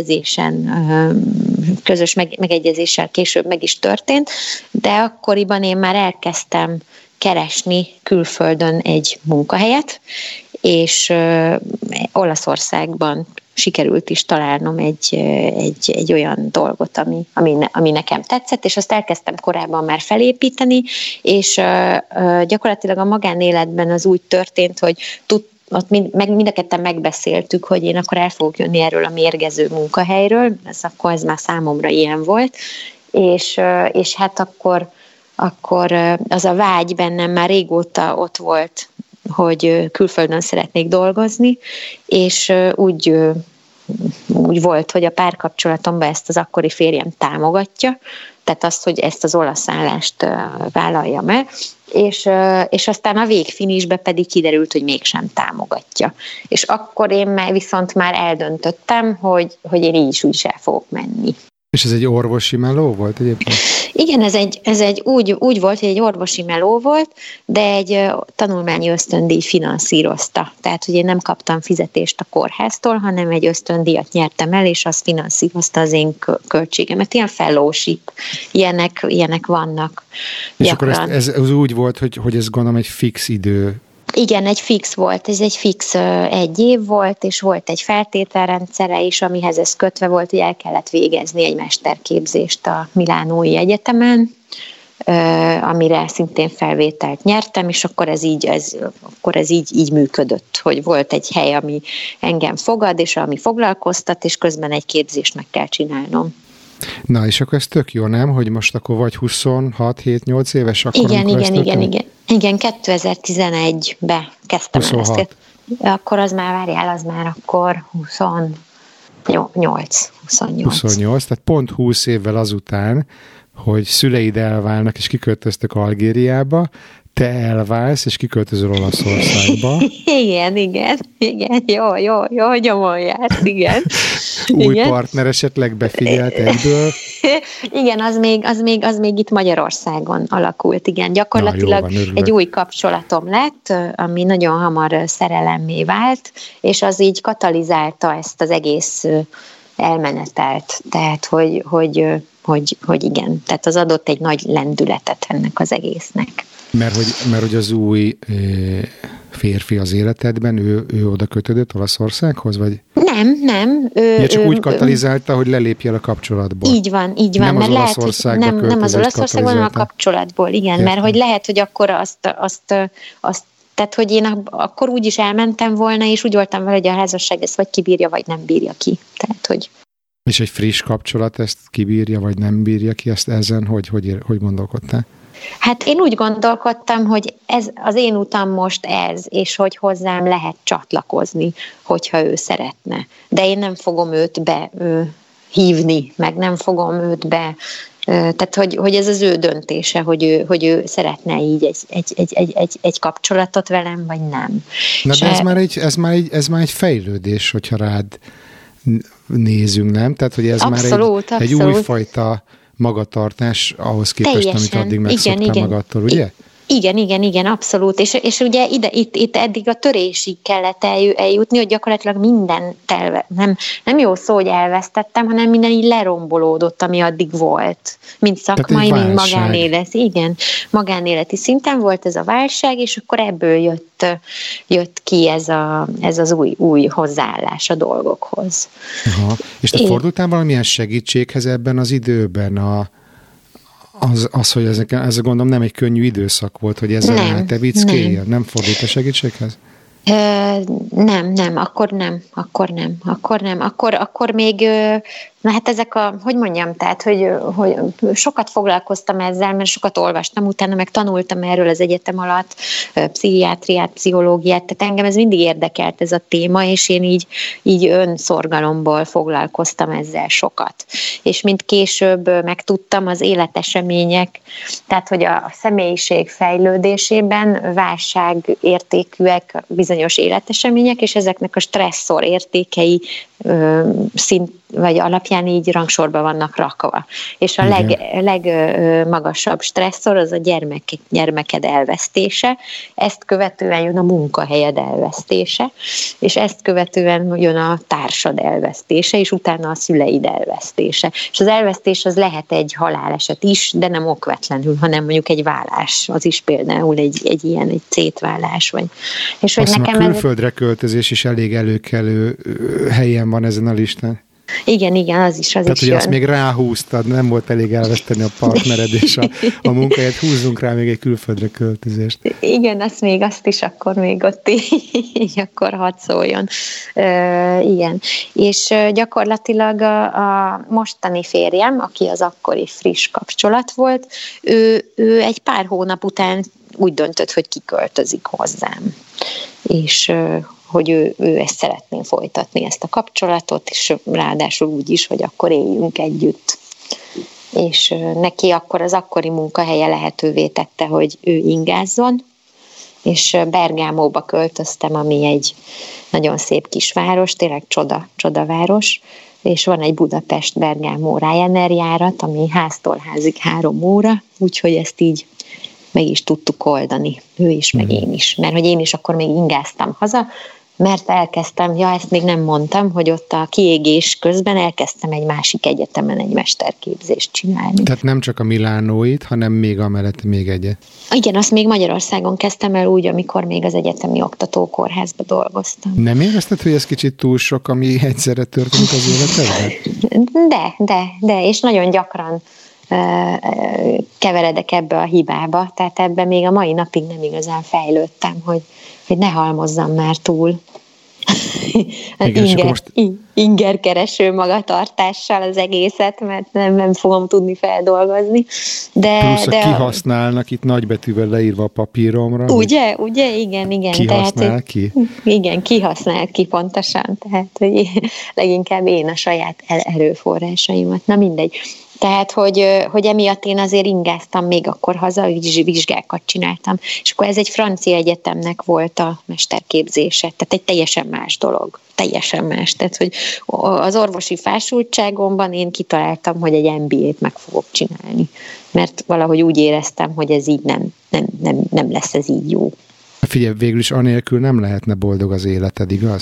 megegyezéssel később meg is történt, de akkoriban én már elkezdtem keresni külföldön egy munkahelyet, és Olaszországban sikerült is találnom egy olyan dolgot, ami nekem tetszett, és azt elkezdtem korábban már felépíteni, és gyakorlatilag a magánéletben az úgy történt, hogy ott mind a ketten megbeszéltük, hogy én akkor el fogok jönni erről a mérgező munkahelyről, ez már számomra ilyen volt, és hát akkor az a vágy bennem már régóta ott volt, hogy külföldön szeretnék dolgozni, és úgy volt, hogy a párkapcsolatomban ezt az akkori férjem támogatja, tehát azt, hogy ezt az olasz állást vállaljam el, és aztán a végfinisbe pedig kiderült, hogy mégsem támogatja. És akkor én viszont már eldöntöttem, hogy én így is úgy el fogok menni. És ez egy orvosi meló volt egyébként? Igen, ez egy úgy volt, hogy egy orvosi meló volt, de egy tanulmányi ösztöndíj finanszírozta. Tehát, hogy én nem kaptam fizetést a kórháztól, hanem egy ösztöndíjat nyertem el, és az finanszírozta az én költségemet. Ilyen fellowship, ilyenek vannak. És gyakran. Akkor ez úgy volt, hogy ez gondolom egy fix idő. Igen, egy fix volt, ez egy fix 1 év volt, és volt egy feltételrendszere is, amihez ez kötve volt, hogy el kellett végezni egy mesterképzést a Milánói Egyetemen, amire szintén felvételt nyertem, és akkor ez így működött, hogy volt egy hely, ami engem fogad, és ami foglalkoztat, és közben egy képzést meg kell csinálnom. Na, és akkor ez tök jó, nem? Hogy most akkor vagy 26-7-8 éves? Akkor Igen, 2011-ben kezdtem el ezt. Akkor az már akkor 28. Tehát pont 20 évvel azután, hogy szüleid elválnak, és kiköltöztek Algériába, te elválsz, és kiköltözöl Olaszországba. Igen, jó, nyomon jársz, igen. Új partner esetleg befigyelt egyből? Igen, az még itt Magyarországon alakult, igen. Gyakorlatilag egy új kapcsolatom lett, ami nagyon hamar szerelemmé vált, és az így katalizálta ezt az egész elmenetelt. Tehát, hogy igen, tehát az adott egy nagy lendületet ennek az egésznek. Mert hogy az új férfi az életedben, ő oda kötődött Olaszországhoz, vagy? Nem. Csak úgy katalizálta, hogy lelépjél a kapcsolatból. Így van. Nem mert az Olaszországba lehet, nem az Olaszországban, hanem a kapcsolatból, igen. Értem. Mert hogy lehet, hogy akkor azt tehát, hogy én akkor úgy is elmentem volna, és úgy voltam vele, hogy a házasság ezt vagy kibírja, vagy nem bírja ki. Tehát, hogy... És egy friss kapcsolat ezt kibírja, vagy nem bírja ki, ezt ezen hogy gondolkodtál? Hát én úgy gondolkodtam, hogy ez az én utam most ez, és hogy hozzám lehet csatlakozni, hogyha ő szeretne. De én nem fogom őt hívni, meg nem fogom őt tehát, hogy ez az ő döntése, hogy ő szeretne így egy kapcsolatot velem, vagy nem. Na de ez már egy fejlődés, hogyha rád nézünk, nem? Tehát, hogy ez abszolút, már egy újfajta magatartás ahhoz képest, teljesen. Amit addig megszoktál magadtól, ugye? Igen, abszolút. És ugye itt eddig a törésig kellett eljutni, hogy gyakorlatilag mindent nem jó szó, hogy elvesztettem, hanem minden így lerombolódott, ami addig volt. Mind szakmai, mind magánéleti. Igen, magánéleti szinten volt ez a válság, és akkor ebből jött ki ez az új hozzáállás a dolgokhoz. Aha. És te fordultál valamilyen segítséghez ebben az időben az, hogy ez gondolom nem egy könnyű időszak volt, hogy ezzel eltevickéljél? Nem fordult a segítséghez? Nem, akkor még, na hát ezek tehát, hogy sokat foglalkoztam ezzel, mert sokat olvastam, utána meg tanultam erről az egyetem alatt, pszichiátriát, pszichológiát, tehát engem ez mindig érdekelt ez a téma, és én így önszorgalomból foglalkoztam ezzel sokat. És mint később megtudtam, az életesemények, tehát, hogy a személyiség fejlődésében válságértékűek bizonyos életesemények, életesemények, és ezeknek a stresszor értékei vagy alapján így rangsorba vannak rakva. És a legmagasabb stresszor az a gyermeked elvesztése, ezt követően jön a munkahelyed elvesztése, és ezt követően jön a társad elvesztése, és utána a szüleid elvesztése. És az elvesztés az lehet egy haláleset is, de nem okvetlenül, hanem mondjuk egy vállás, az is például egy ilyen, egy szétválás. És hogy nekem a külföldre költözés is elég előkelő helyen van ezen a listán. Igen, az is Tehát, hogy azt még ráhúztad, nem volt elég elveszteni a partnered és a munkáját, húzzunk rá még egy külföldre költözést. Igen, azt is akkor még ott így akkor hadd szóljon. Igen. És gyakorlatilag a mostani férjem, aki az akkori friss kapcsolat volt, ő egy pár hónap után úgy döntött, hogy kiköltözik hozzám. És hogy ő ezt szeretné folytatni, ezt a kapcsolatot, és ráadásul úgy is, hogy akkor éljünk együtt. És neki akkor az akkori munkahelye lehetővé tette, hogy ő ingázzon, és Bergámóba költöztem, ami egy nagyon szép kisváros, tényleg csodaváros, és van egy Budapest-Bergámó Ryanair járat, ami háztól házig 3 óra, úgyhogy ezt így meg is tudtuk oldani, ő is, meg én is. Mert hogy én is akkor még ingáztam haza, mert elkezdtem, ezt még nem mondtam, hogy ott a kiégés közben elkezdtem egy másik egyetemen egy mesterképzést csinálni. Tehát nem csak a Milánóit, hanem még amellett még egyet. Igen, azt még Magyarországon kezdtem el úgy, amikor még az egyetemi oktatókórházban dolgoztam. Nem érezted, hogy ez kicsit túl sok, ami egyszerre történik az életedben? De, és nagyon gyakran keveredek ebbe a hibába, tehát ebben még a mai napig nem igazán fejlődtem, hogy ne halmozzam már túl. Ingerkereső magatartással az egészet, mert nem fogom tudni feldolgozni. Plusz kihasználnak itt nagybetűvel leírva a papíromra. Ugye? Igen. Kihasznál ki? Igen, kihasznál ki pontosan. Tehát, hogy leginkább én a saját erőforrásaimat. Na mindegy. Tehát, hogy emiatt én azért ingáztam még akkor haza, vizsgákat csináltam. És akkor ez egy francia egyetemnek volt a mesterképzése. Tehát egy teljesen más dolog. Teljesen más. Tehát, hogy az orvosi fásultságomban én kitaláltam, hogy egy MBA-t meg fogok csinálni. Mert valahogy úgy éreztem, hogy ez így nem lesz ez így jó. Figyelj, végül is anélkül nem lehetne boldog az életed, igaz?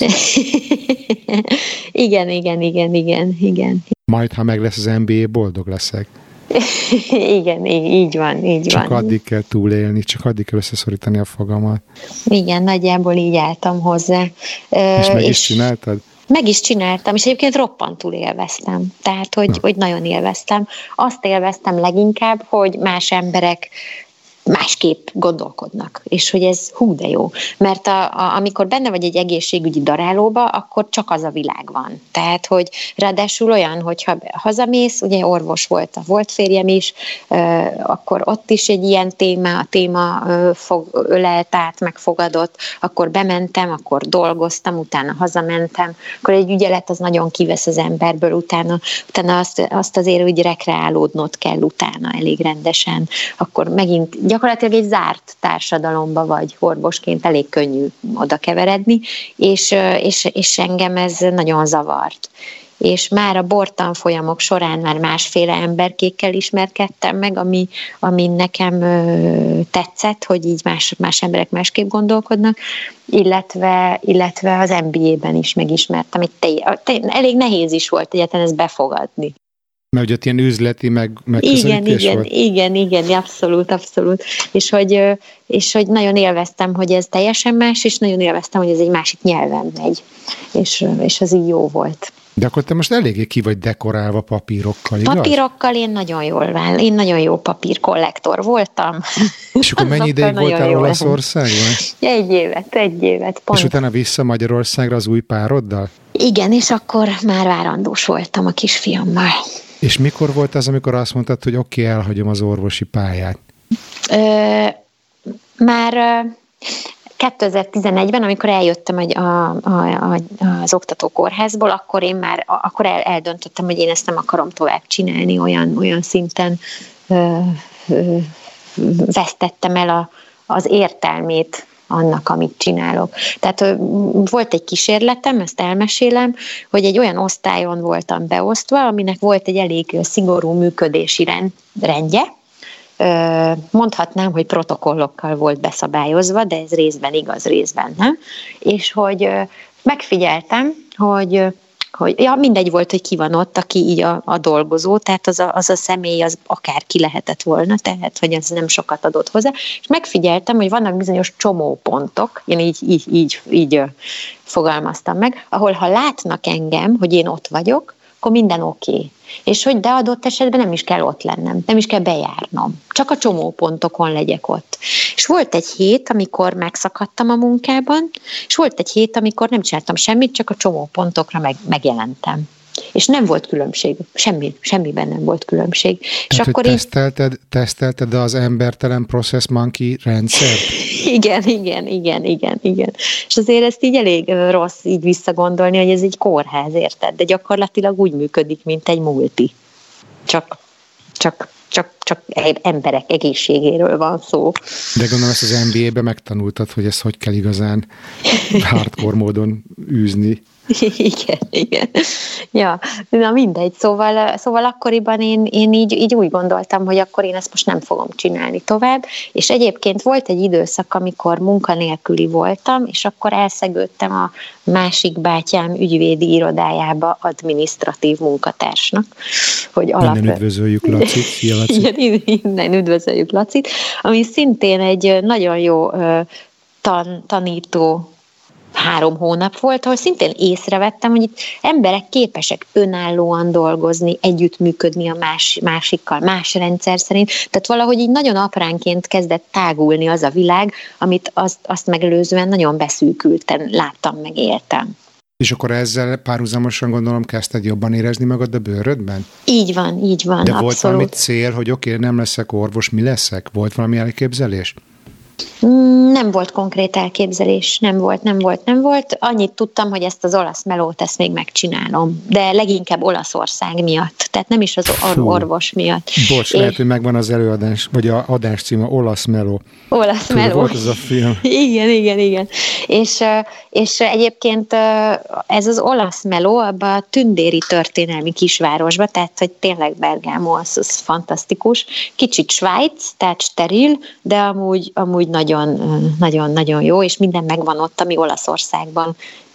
Igen. Majd, ha meg lesz az MBA, boldog leszek. Igen, így van, így csak van. addig kell túlélni, csak addig kell összeszorítani a fogamat. Igen, nagyjából így álltam hozzá. És meg is csináltad? Meg is csináltam, és egyébként roppantul élveztem. Tehát, hogy nagyon élveztem. Azt élveztem leginkább, hogy más emberek másképp gondolkodnak, és hogy ez hú de jó. Mert amikor benne vagy egy egészségügyi darálóba, akkor csak az a világ van. Tehát, hogy ráadásul olyan, hogyha hazamész, ugye orvos volt férjem is, akkor ott is egy ilyen téma ölelt át, megfogadott, akkor bementem, akkor dolgoztam, utána hazamentem, akkor egy ügyelet az nagyon kivesz az emberből, utána azt azért úgy rekreálódnod kell utána elég rendesen, akkor megint gyakorlatilag egy zárt társadalomba vagy orvosként, elég könnyű oda keveredni, és engem ez nagyon zavart. És már a bortanfolyamok során már másféle emberkékkel ismerkedtem meg, ami nekem tetszett, hogy így más emberek másképp gondolkodnak, illetve az MBA-ben is megismertem. Elég nehéz is volt egyáltalán ezt befogadni. Mert ugye ilyen üzleti megközelítés volt? Igen, abszolút. És hogy nagyon élveztem, hogy ez teljesen más, és nagyon élveztem, hogy ez egy másik nyelven megy. És az így jó volt. De akkor te most eléggé ki vagy dekorálva papírokkal, igaz? Papírokkal én nagyon jó papírkollektor voltam. És akkor mennyi ideig voltál Olaszországban? Egy évet. Pont. És utána vissza Magyarországra az új pároddal? Igen, és akkor már várandós voltam a kisfiammal. És mikor volt az, amikor azt mondtad, hogy oké, elhagyom az orvosi pályát? Már 2011-ben, amikor eljöttem az oktatókórházból, akkor eldöntöttem, hogy én ezt nem akarom tovább csinálni, olyan szinten vesztettem el az értelmét annak, amit csinálok. Tehát volt egy kísérletem, ezt elmesélem, hogy egy olyan osztályon voltam beosztva, aminek volt egy elég szigorú működési rendje. Mondhatnám, hogy protokollokkal volt beszabályozva, de ez részben igaz, részben nem. És hogy megfigyeltem, hogy mindegy volt, hogy ki van ott, aki így a dolgozó, tehát az a személy, az akár ki lehetett volna, tehát hogy ez nem sokat adott hozzá, és megfigyeltem, hogy vannak bizonyos csomópontok, én így fogalmaztam meg, ahol ha látnak engem, hogy én ott vagyok, akkor minden oké. És hogy de adott esetben nem is kell ott lennem, nem is kell bejárnom. Csak a csomópontokon legyek ott. És volt egy hét, amikor megszakadtam a munkában, és volt egy hét, amikor nem csináltam semmit, csak a csomópontokra megjelentem. És nem volt különbség, semmiben nem volt különbség. Tehát, és akkor tesztelted az embertelen Process Monkey rendszert? Igen. És azért ezt így elég rossz így visszagondolni, hogy ez egy kórház, érted? De gyakorlatilag úgy működik, mint egy multi. Csak emberek egészségéről van szó. De gondolom ezt az MBA-ben megtanultad, hogy ezt hogy kell igazán hardcore módon űzni. Igen. Ja, na mindegy. Szóval akkoriban én így úgy gondoltam, hogy akkor én ezt most nem fogom csinálni tovább, és egyébként volt egy időszak, amikor munkanélküli voltam, és akkor elszegődtem a másik bátyám ügyvédi irodájába adminisztratív munkatársnak. Innen üdvözöljük Lacit. Szia, Laci. Innen üdvözöljük Lacit, ami szintén egy nagyon jó tanító 3 hónap volt, ahol szintén észrevettem, hogy itt emberek képesek önállóan dolgozni, együttműködni a másikkal, más rendszer szerint. Tehát valahogy így nagyon apránként kezdett tágulni az a világ, amit azt megelőzően nagyon beszűkülten láttam, meg éltem. És akkor ezzel párhuzamosan gondolom kezdted jobban érezni magad a bőrödben? Így van, de abszolút. Volt valami cél, hogy oké, nem leszek orvos, mi leszek? Volt valami elképzelés? Nem volt konkrét elképzelés, nem volt. Annyit tudtam, hogy ezt az olasz melót, ezt még megcsinálom, de leginkább Olaszország miatt, tehát nem is az orvos miatt. Bocs, lehet, hogy megvan az előadás, vagy a adás címe, Olasz meló. Olasz meló. Volt az a film. Igen. És egyébként ez az olasz meló abban a tündéri történelmi kisvárosban, tehát hogy tényleg Bergamo, az fantasztikus. Kicsit Svájc, tehát steril, de amúgy nagyon jó, és minden megvan ott, ami Olaszországban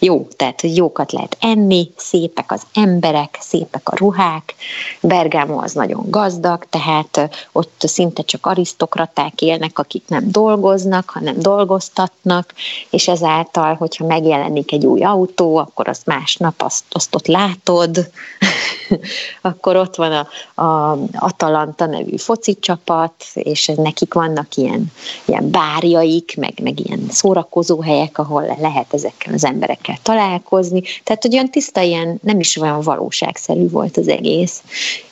jó, tehát hogy jókat lehet enni, szépek az emberek, szépek a ruhák, Bergamo az nagyon gazdag, tehát ott szinte csak arisztokraták élnek, akik nem dolgoznak, hanem dolgoztatnak, és ezáltal, hogyha megjelenik egy új autó, akkor azt másnap azt ott látod, akkor ott van a Atalanta nevű foci csapat, és nekik vannak ilyen bárjaik, meg ilyen szórakozóhelyek, ahol lehet ezekkel az emberekkel találkozni. Tehát, hogy olyan tiszta, ilyen nem is olyan valóságszerű volt az egész.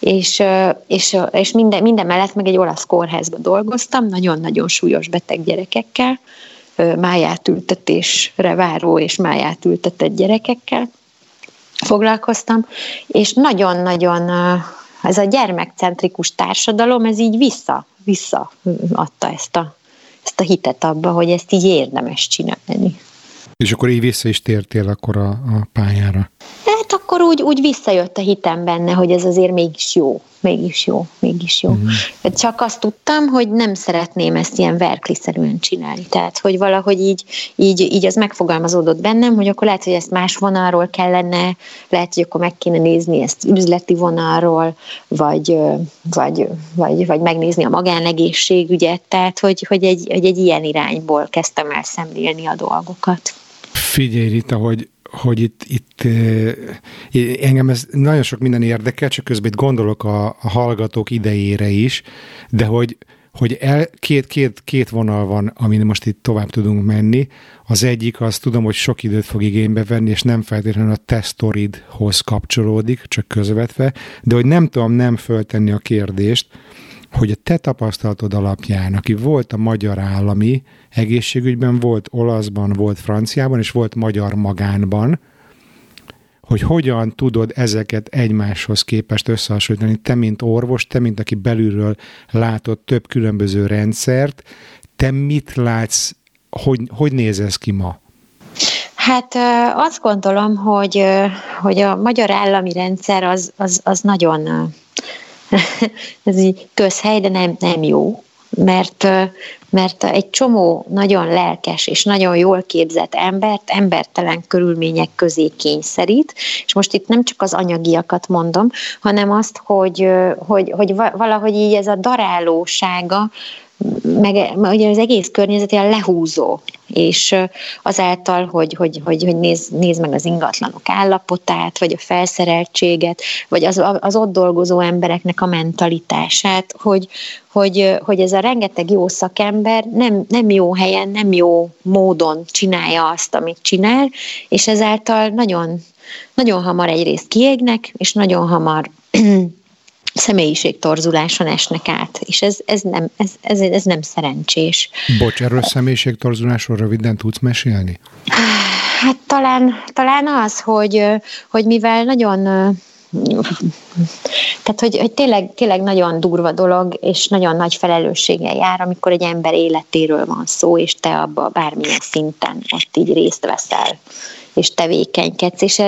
És minden mellett meg egy olasz kórházban dolgoztam, nagyon-nagyon súlyos beteg gyerekekkel, májátültetésre váró és májátültetett gyerekekkel foglalkoztam, és nagyon-nagyon ez a gyermekcentrikus társadalom, ez így visszaadta ezt a hitet abba, hogy ezt így érdemes csinálni. És akkor így vissza is tértél akkor a pályára? Hát akkor úgy visszajött a hitem benne, hogy ez azért mégis jó. Uh-huh. Csak azt tudtam, hogy nem szeretném ezt ilyen verkliszerűen csinálni. Tehát, hogy valahogy így az megfogalmazódott bennem, hogy akkor lehet, hogy ezt más vonalról kellene, lehet, hogy akkor meg kéne nézni ezt üzleti vonalról, vagy megnézni a magánegészségügyet, tehát, hogy egy ilyen irányból kezdtem el szemlélni a dolgokat. Figyelj, Rita, hogy itt engem ez nagyon sok minden érdekel, csak közben itt gondolok a hallgatók idejére is, de hogy két vonal van, amin most itt tovább tudunk menni. Az egyik, azt tudom, hogy sok időt fog igénybe venni, és nem feltétlenül a te sztoridhoz kapcsolódik, csak közvetve, de hogy nem tudom nem föltenni a kérdést, hogy a te tapasztalatod alapján, aki volt a magyar állami egészségügyben, volt olaszban, volt franciában, és volt magyar magánban, hogy hogyan tudod ezeket egymáshoz képest összehasonlítani, te, mint orvos, te, mint aki belülről látod több különböző rendszert, te mit látsz, hogy néz ez ki ma? Hát azt gondolom, hogy a magyar állami rendszer az nagyon ez így közhely, de nem jó, mert egy csomó nagyon lelkes és nagyon jól képzett embert embertelen körülmények közé kényszerít, és most itt nem csak az anyagiakat mondom, hanem azt, hogy valahogy így ez a darálósága, meg ugye az egész környezet ilyen lehúzó, és azáltal, hogy nézd meg az ingatlanok állapotát, vagy a felszereltséget, vagy az ott dolgozó embereknek a mentalitását, hogy ez a rengeteg jó szakember nem jó helyen, nem jó módon csinálja azt, amit csinál, és ezáltal nagyon, nagyon hamar egyrészt kiégnek, és nagyon hamar személyiségtorzuláson esnek át, és ez nem szerencsés. Bocs, erről személyiségtorzulásról röviden tudsz mesélni? Hát talán az, hogy mivel nagyon, tehát hogy tényleg nagyon durva dolog, és nagyon nagy felelősséggel jár, amikor egy ember életéről van szó, és te abba bármilyen szinten ott így részt veszel, és tevékenykedsz, és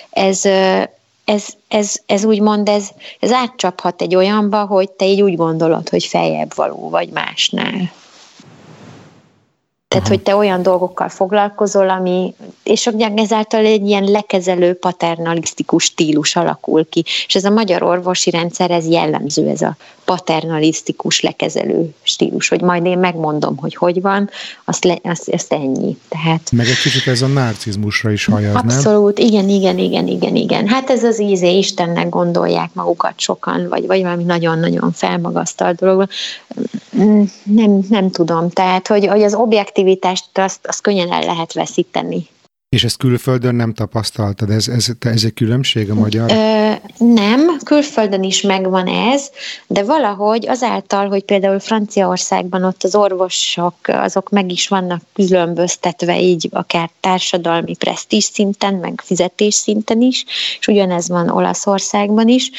ez úgymond, ez átcsaphat egy olyanba, hogy te így úgy gondolod, hogy feljebb való vagy másnál. Tehát, hogy te olyan dolgokkal foglalkozol, és ezáltal egy ilyen lekezelő, paternalisztikus stílus alakul ki. És ez a magyar orvosi rendszer, ez jellemző, ez a paternalisztikus, lekezelő stílus, hogy majd én megmondom, hogy van, azt ennyi. Tehát, meg egy kicsit ez a narcizmusra is hajaz, nem? Abszolút, igen. Hát ez az Istennek gondolják magukat sokan, vagy valami nagyon-nagyon felmagasztalt dolog. Nem tudom, tehát, hogy az objektivitást azt könnyen el lehet veszíteni. És ezt külföldön nem tapasztaltad? Ez egy különbség a magyar? Nem, külföldön is megvan ez, de valahogy azáltal, hogy például Franciaországban ott az orvosok, azok meg is vannak különböztetve így akár társadalmi presztízs szinten, meg fizetés szinten is, és ugyanez van Olaszországban is,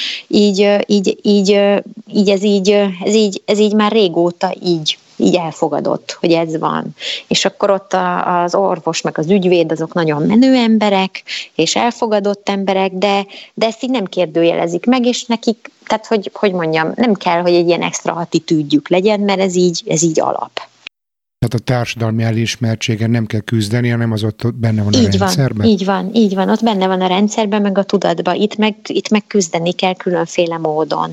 ez így már régóta így elfogadott, hogy ez van. És akkor ott az orvos meg az ügyvéd, azok nagyon menő emberek, és elfogadott emberek, de ezt így nem kérdőjelezik meg, és nekik, tehát hogy mondjam, nem kell, hogy egy ilyen extra attitűdjük legyen, mert ez így alap. Tehát a társadalmi elismertségen nem kell küzdeni, hanem az ott benne van a rendszerben? Így van, ott benne van a rendszerben, meg a tudatban. Itt meg küzdeni kell különféle módon.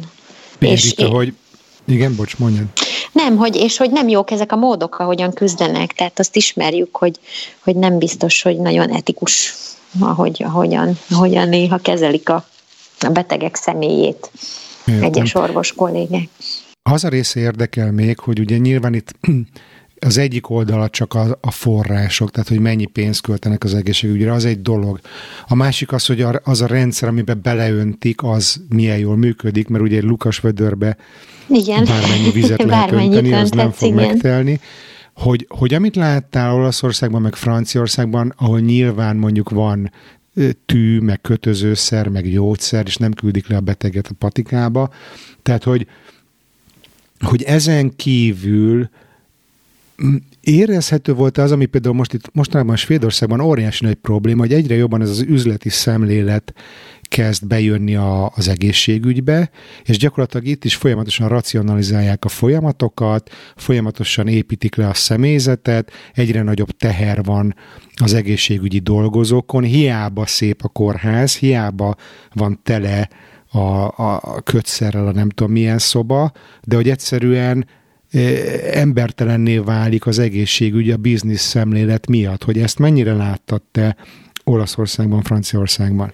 Igen, bocs, mondjad. Nem, hogy nem jók ezek a módok, ahogyan küzdenek, tehát azt ismerjük, hogy nem biztos, hogy nagyon etikus, ahogyan néha kezelik a betegek személyét. Értem. Egyes orvos kollégák. Az a része érdekel még, hogy ugye nyilván itt az egyik oldala csak a források, tehát hogy mennyi pénzt költenek az egészségügyre, az egy dolog. A másik az, hogy az a rendszer, amiben beleöntik, az milyen jól működik, mert ugye egy lukas vödörbe bármennyi vizet lehet önteni, az nem fog megtelni. Hogy amit láttál Olaszországban, meg Franciaországban, ahol nyilván mondjuk van tű, meg kötözőszer, meg gyógyszer, és nem küldik le a beteget a patikába. Tehát, hogy ezen kívül érezhető volt az, ami például mostanában Svédországban óriási nagy probléma, hogy egyre jobban ez az üzleti szemlélet kezd bejönni az egészségügybe, és gyakorlatilag itt is folyamatosan racionalizálják a folyamatokat, folyamatosan építik le a személyzetet, egyre nagyobb teher van az egészségügyi dolgozókon, hiába szép a kórház, hiába van tele a kötszerrel a nem tudom milyen szoba, de hogy egyszerűen embertelenné válik az egészségügy a biznisz szemlélet miatt, hogy ezt mennyire láttad te Olaszországban, Franciaországban?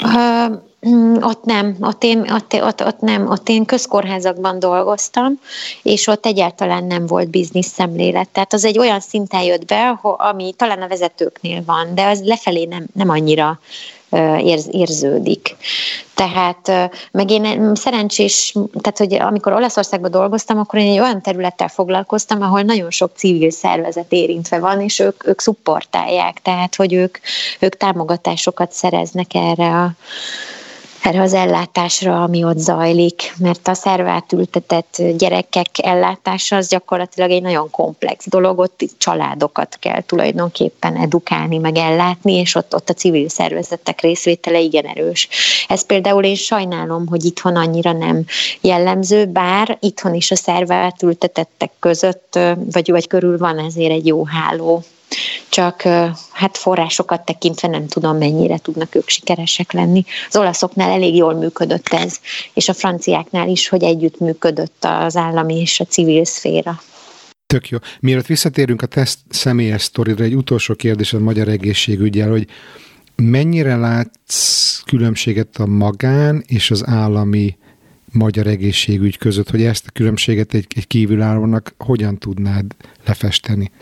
Ott én közkórházakban dolgoztam, és ott egyáltalán nem volt biznisz szemlélet. Tehát az egy olyan szinten jött be, ami talán a vezetőknél van, de az lefelé nem annyira érződik. Tehát meg én szerencsés, tehát hogy amikor Olaszországban dolgoztam, akkor én egy olyan területtel foglalkoztam, ahol nagyon sok civil szervezet érintve van, és ők szupportálják, tehát hogy ők támogatásokat szereznek erre az ellátásra, ami ott zajlik, mert a szervátültetett gyerekek ellátása az gyakorlatilag egy nagyon komplex dolog, ott családokat kell tulajdonképpen edukálni, meg ellátni, és ott a civil szervezetek részvétele igen erős. Ez például én sajnálom, hogy itthon annyira nem jellemző, bár itthon is a szervátültetettek között, vagy körül van ezért egy jó háló. Csak hát forrásokat tekintve nem tudom, mennyire tudnak ők sikeresek lenni. Az olaszoknál elég jól működött ez, és a franciáknál is, hogy együtt működött az állami és a civil szféra. Tök jó. Mielőtt visszatérünk a te személyes sztoridra, egy utolsó kérdés a magyar egészségüggyel, hogy mennyire látsz különbséget a magán és az állami magyar egészségügy között, hogy ezt a különbséget egy kívülállónak hogyan tudnád lefesteni?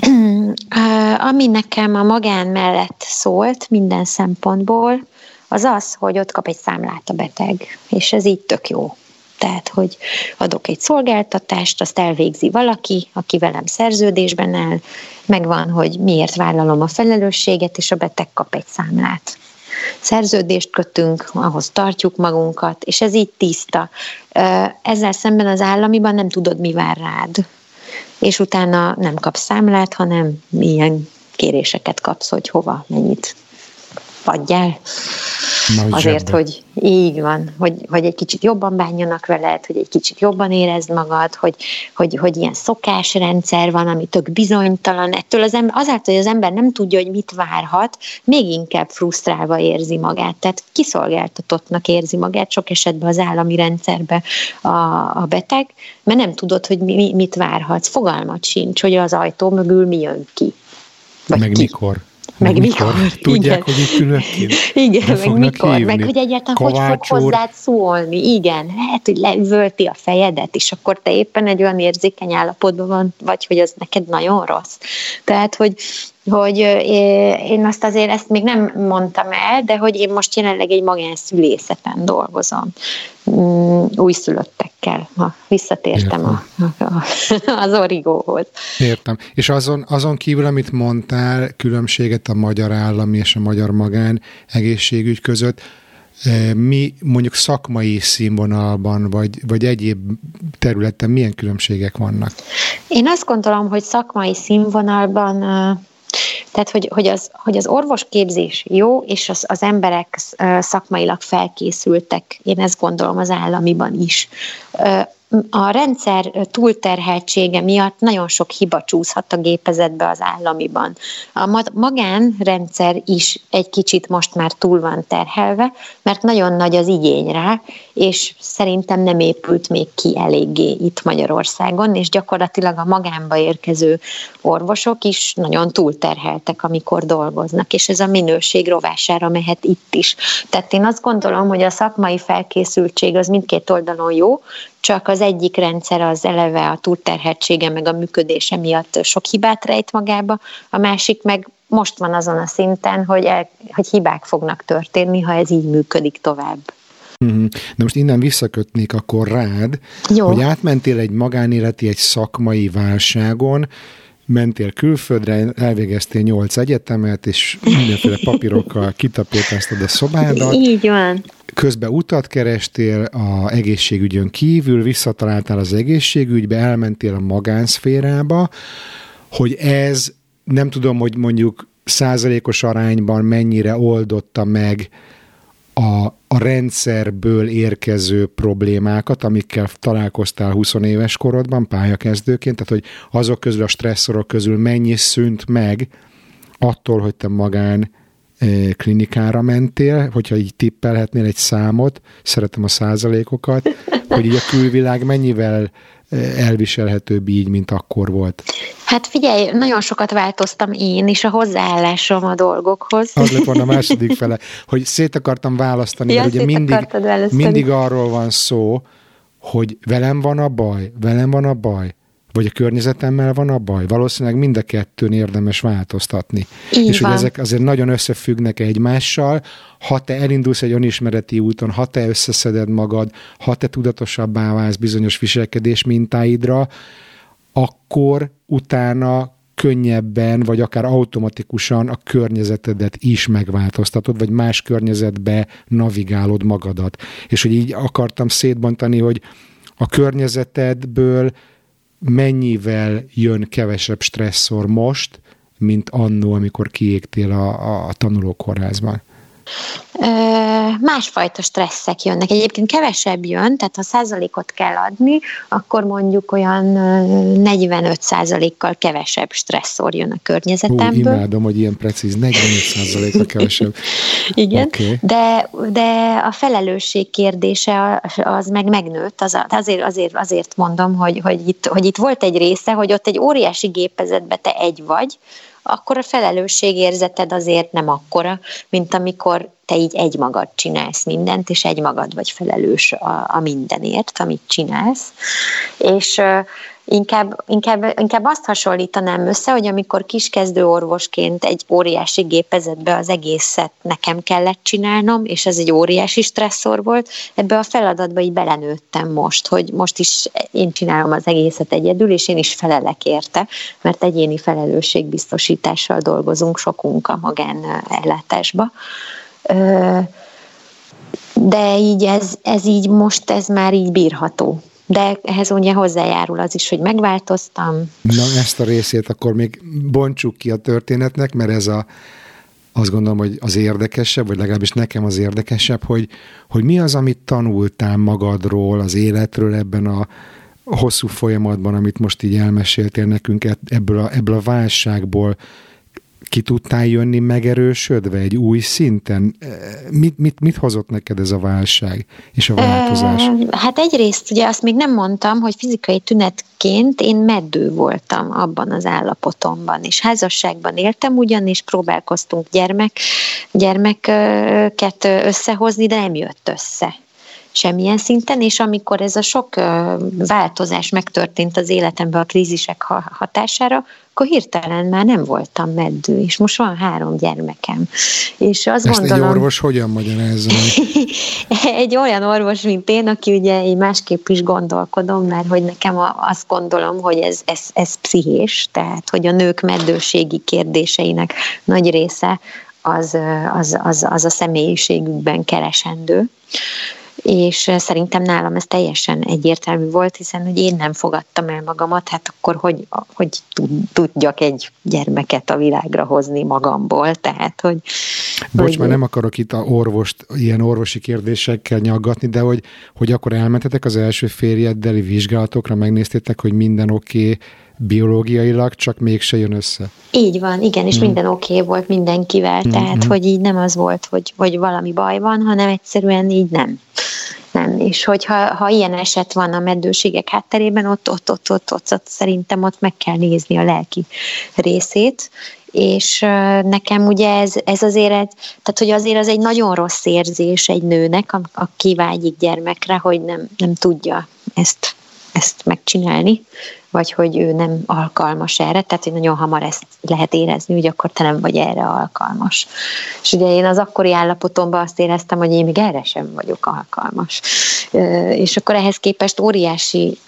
Ami nekem a magán mellett szólt minden szempontból, az, hogy ott kap egy számlát a beteg, és ez így tök jó. Tehát, hogy adok egy szolgáltatást, azt elvégzi valaki, aki velem szerződésben áll, megvan, hogy miért vállalom a felelősséget, és a beteg kap egy számlát. Szerződést kötünk, ahhoz tartjuk magunkat, és ez így tiszta. Ezzel szemben az államiban nem tudod, mi vár rád. És utána nem kapsz számlát, hanem milyen kéréseket kapsz, hogy hova, mennyit adjál. Azért, hogy így van, hogy egy kicsit jobban bánjanak veled, hogy egy kicsit jobban érezd magad, hogy ilyen szokásrendszer van, ami tök bizonytalan. Ettől azáltal, hogy az ember nem tudja, hogy mit várhat, még inkább frusztrálva érzi magát. Tehát kiszolgáltatottnak érzi magát sok esetben az állami rendszerbe a beteg, mert nem tudod, hogy mit várhatsz. Fogalmat sincs, hogy az ajtó mögül mi jön ki. Meg ki. Mikor? Meg mikor. Tudják, hogy itt ülök ki? Igen, meg mikor. Hívni. Meg hogy egyáltalán Kovács hogy fog hozzád szólni. Igen, lehet, hogy leüvölti a fejedet, és akkor te éppen egy olyan érzékeny állapotban vagy, hogy az neked nagyon rossz. Tehát, hogy én azt azért ezt még nem mondtam el, de hogy én most jelenleg egy magánszülészeten dolgozom. Újszülöttekkel. Visszatértem az origóhoz. Értem. És azon kívül, amit mondtál, különbséget a magyar állami és a magyar magán egészségügy között, mi mondjuk szakmai színvonalban, vagy egyéb területen milyen különbségek vannak? Én azt gondolom, hogy szakmai színvonalban, tehát hogy az orvosképzés jó, és az emberek szakmailag felkészültek, én ezt gondolom az államiban is. a rendszer túlterheltsége miatt nagyon sok hiba csúszhat a gépezetbe az államiban. A magánrendszer is egy kicsit most már túl van terhelve, mert nagyon nagy az igény rá, és szerintem nem épült még ki eléggé itt Magyarországon, és gyakorlatilag a magánba érkező orvosok is nagyon túlterheltek, amikor dolgoznak, és ez a minőség rovására mehet itt is. Tehát én azt gondolom, hogy a szakmai felkészültség az mindkét oldalon jó, csak az egyik rendszer az eleve a túlterheltsége meg a működése miatt sok hibát rejt magába, a másik meg most van azon a szinten, hogy hibák fognak történni, ha ez így működik tovább. De most innen visszakötnék akkor rád, jó, hogy átmentél egy magánéleti, egy szakmai válságon, mentél külföldre, elvégeztél 8 egyetemet, és mindenféle papírokkal kitapétáztad a szobádat. Így van. Közben utat kerestél a egészségügyön kívül, visszataláltál az egészségügybe, elmentél a magánszférába, hogy ez, nem tudom, hogy mondjuk százalékos arányban mennyire oldotta meg a rendszerből érkező problémákat, amikkel találkoztál 20 éves korodban, pályakezdőként, tehát hogy azok közül, a stresszorok közül mennyi szűnt meg attól, hogy te magán klinikára mentél, hogyha így tippelhetnél egy számot, szeretem a százalékokat, hogy így a külvilág mennyivel elviselhetőbb így, mint akkor volt? Hát figyelj, nagyon sokat változtam én is a hozzáállásom a dolgokhoz. Az lett volna a második fele, hogy szét akartam választani, mert ugye mindig arról van szó, hogy velem van a baj, vagy a környezetemmel van a baj. Valószínűleg mind a kettőn érdemes változtatni. Így és van. hogy ezek azért nagyon összefüggnek egymással, ha te elindulsz egy önismereti úton, ha te összeszeded magad, ha te tudatosabbá válsz bizonyos viselkedés mintáidra, akkor utána könnyebben, vagy akár automatikusan a környezetedet is megváltoztatod, vagy más környezetbe navigálod magadat. És hogy így akartam szétbontani, hogy a környezetedből mennyivel jön kevesebb stresszor most, mint annó, amikor kiégtél a tanulókórházban? Másfajta stresszek jönnek. Egyébként kevesebb jön, tehát ha százalékot kell adni, akkor mondjuk olyan 45%-kal kevesebb stresszor jön a környezetemből. Imádom, hogy ilyen precíz, 45%-kal kevesebb. Igen, okay. de a felelősség kérdése az meg megnőtt, azért mondom, hogy itt volt egy része, hogy ott egy óriási gépezetben te egy vagy, akkor a felelősségérzeted azért nem akkora, mint amikor te így egymagad csinálsz mindent, és egymagad vagy felelős a mindenért, amit csinálsz. És inkább azt hasonlítanám össze, hogy amikor kiskezdő orvosként egy óriási gépezetbe az egészet nekem kellett csinálnom, és ez egy óriási stresszor volt, ebbe a feladatba így belenőttem most, hogy most is én csinálom az egészet egyedül, és én is felelek érte, mert egyéni felelősségbiztosítással dolgozunk sokunk a magánellátásba. De így ez így most, ez már így bírható. De ehhez ugye hozzájárul az is, hogy megváltoztam. Na, ezt a részét akkor még bontsuk ki a történetnek, mert ez azt gondolom, hogy az érdekesebb, vagy legalábbis nekem az érdekesebb, hogy mi az, amit tanultál magadról, az életről ebben a hosszú folyamatban, amit most így elmeséltél nekünk ebből a válságból. Ki tudtál jönni megerősödve egy új szinten? Mit hozott neked ez a válság és a változás? Hát egyrészt ugye azt még nem mondtam, hogy fizikai tünetként én meddő voltam abban az állapotomban, és házasságban éltem ugyan, és próbálkoztunk gyermeket összehozni, de nem jött össze semmilyen szinten, és amikor ez a sok változás megtörtént az életemben a krízisek hatására, akkor hirtelen már nem voltam meddő, és most van 3 gyermekem. És azt ezt gondolom, egy orvos hogyan magyarázza meg? Egy olyan orvos, mint én, aki ugye én másképp is gondolkodom, mert hogy nekem azt gondolom, hogy ez pszichés, tehát hogy a nők meddőségi kérdéseinek nagy része az a személyiségükben keresendő. és szerintem nálam ez teljesen egyértelmű volt, hiszen hogy én nem fogadtam el magamat, hát akkor hogy tudjak egy gyermeket a világra hozni magamból, tehát hogy... Bocs, már nem akarok itt ilyen orvosi kérdésekkel nyaggatni, de hogy akkor elmentetek az első férjeddeli vizsgálatokra, megnéztétek, hogy minden oké, biológiailag, csak mégse jön össze. Így van, igen, és minden oké volt mindenkivel, tehát hogy így nem az volt, hogy valami baj van, hanem egyszerűen így nem. És hogyha ilyen eset van a meddőségek hátterében, ott szerintem ott meg kell nézni a lelki részét, és nekem ugye ez azért, tehát hogy azért az egy nagyon rossz érzés egy nőnek, aki vágyik gyermekre, hogy nem tudja ezt megcsinálni, vagy hogy ő nem alkalmas erre, tehát hogy nagyon hamar ezt lehet érezni, hogy akkor te nem vagy erre alkalmas. És ugye én az akkori állapotomban azt éreztem, hogy én még erre sem vagyok alkalmas. És akkor ehhez képest óriási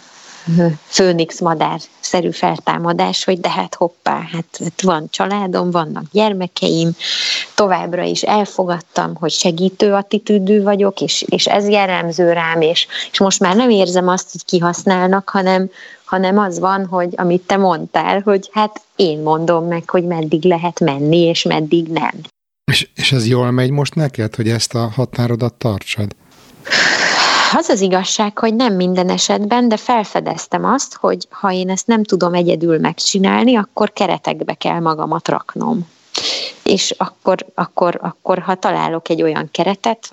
főnix madár-szerű feltámadás, hogy de hát hoppá, hát van családom, vannak gyermekeim, továbbra is elfogadtam, hogy segítő attitűdű vagyok, és ez jellemző rám, és most már nem érzem azt, hogy kihasználnak, hanem az van, hogy amit te mondtál, hogy hát én mondom meg, hogy meddig lehet menni, és meddig nem. És ez jól megy most neked, hogy ezt a határodat tartsad? Az az igazság, hogy nem minden esetben, de felfedeztem azt, hogy ha én ezt nem tudom egyedül megcsinálni, akkor keretekbe kell magamat raknom. És akkor ha találok egy olyan keretet,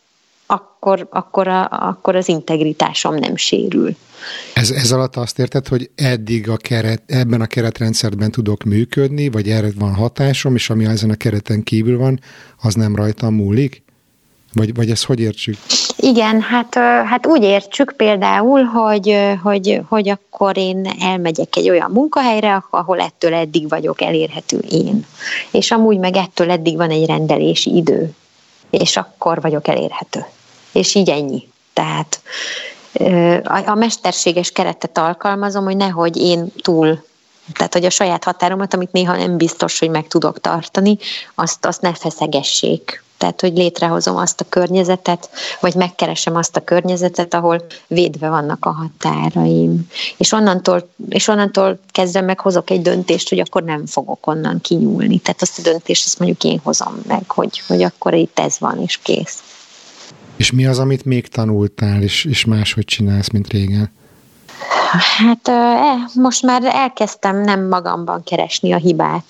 akkor az integritásom nem sérül. Ez alatt azt érted, hogy eddig ebben a keretrendszerben tudok működni, vagy erre van hatásom, és ami ezen a kereten kívül van, az nem rajtam múlik? Vagy ezt hogy értsük? Igen, hát úgy értsük például, hogy akkor én elmegyek egy olyan munkahelyre, ahol ettől eddig vagyok elérhető én. És amúgy meg ettől eddig van egy rendelési idő. És akkor vagyok elérhető. És így ennyi. Tehát a mesterséges keretet alkalmazom, hogy nehogy én tehát hogy a saját határomat, amit néha nem biztos, hogy meg tudok tartani, azt ne feszegessék. Tehát, hogy létrehozom azt a környezetet, vagy megkeresem azt a környezetet, ahol védve vannak a határaim. És onnantól kezdve meghozok egy döntést, hogy akkor nem fogok onnan kinyúlni. Tehát azt a döntést, azt mondjuk én hozom meg, hogy akkor itt ez van, és kész. És mi az, amit még tanultál, és máshogy csinálsz, mint régen? Hát most már elkezdtem nem magamban keresni a hibát.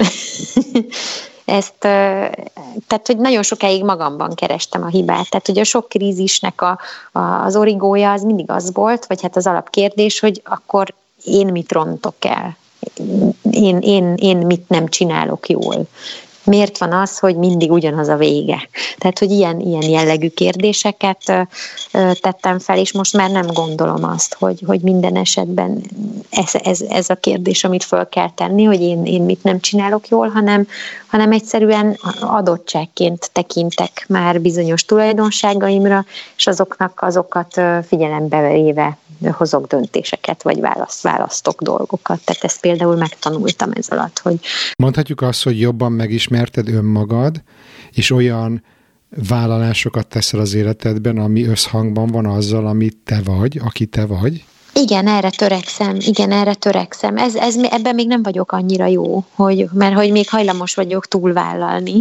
Tehát, hogy nagyon sokáig magamban kerestem a hibát. Tehát, hogy a sok krízisnek az origója az mindig az volt, vagy hát az alapkérdés, hogy akkor én mit rontok el? Én mit nem csinálok jól? Miért van az, hogy mindig ugyanaz a vége? Tehát, hogy ilyen jellegű kérdéseket tettem fel, és most már nem gondolom azt, hogy minden esetben ez a kérdés, amit föl kell tenni, hogy én mit nem csinálok jól, hanem egyszerűen adottságként tekintek már bizonyos tulajdonságaimra, és azokat figyelembe véve hozok döntéseket, vagy választok dolgokat. Tehát ezt például megtanultam ez alatt, hogy... Mondhatjuk azt, hogy jobban megismerted önmagad, és olyan vállalásokat teszel az életedben, ami összhangban van azzal, amit te vagy, aki te vagy? Igen, erre törekszem. Ebben még nem vagyok annyira jó, mert hogy még hajlamos vagyok túlvállalni,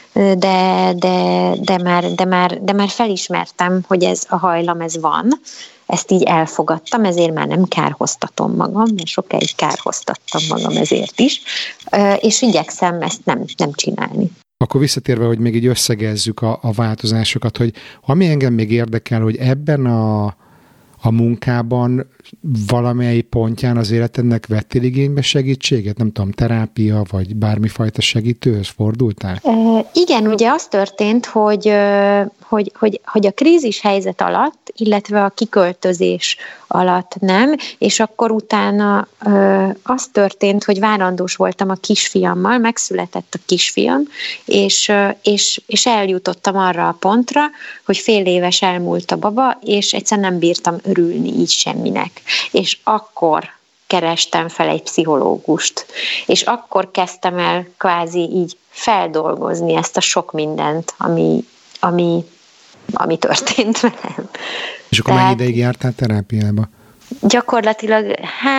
de már felismertem, hogy ez a hajlam, ez van, ezt így elfogadtam, ezért már nem kárhoztatom magam, mert sokáig kárhoztattam magam ezért is, és igyekszem ezt nem csinálni. Akkor visszatérve, hogy még így összegezzük a változásokat, hogy ami engem még érdekel, hogy ebben a munkában valamely pontján az életednek vettél igénybe segítséget? Nem tudom, terápia, vagy bármifajta segítőhöz fordultál? Igen, ugye az történt, hogy a krízis helyzet alatt, illetve a kiköltözés alatt nem, és akkor utána az történt, hogy várandós voltam a kisfiammal, megszületett a kisfiam, és eljutottam arra a pontra, hogy fél éves elmúlt a baba, és egyszerűen nem bírtam örülni így semminek. És akkor kerestem fel egy pszichológust, és akkor kezdtem el kvázi így feldolgozni ezt a sok mindent, ami ami történt velem. És akkor mennyi ideig jártál terápiába? Gyakorlatilag,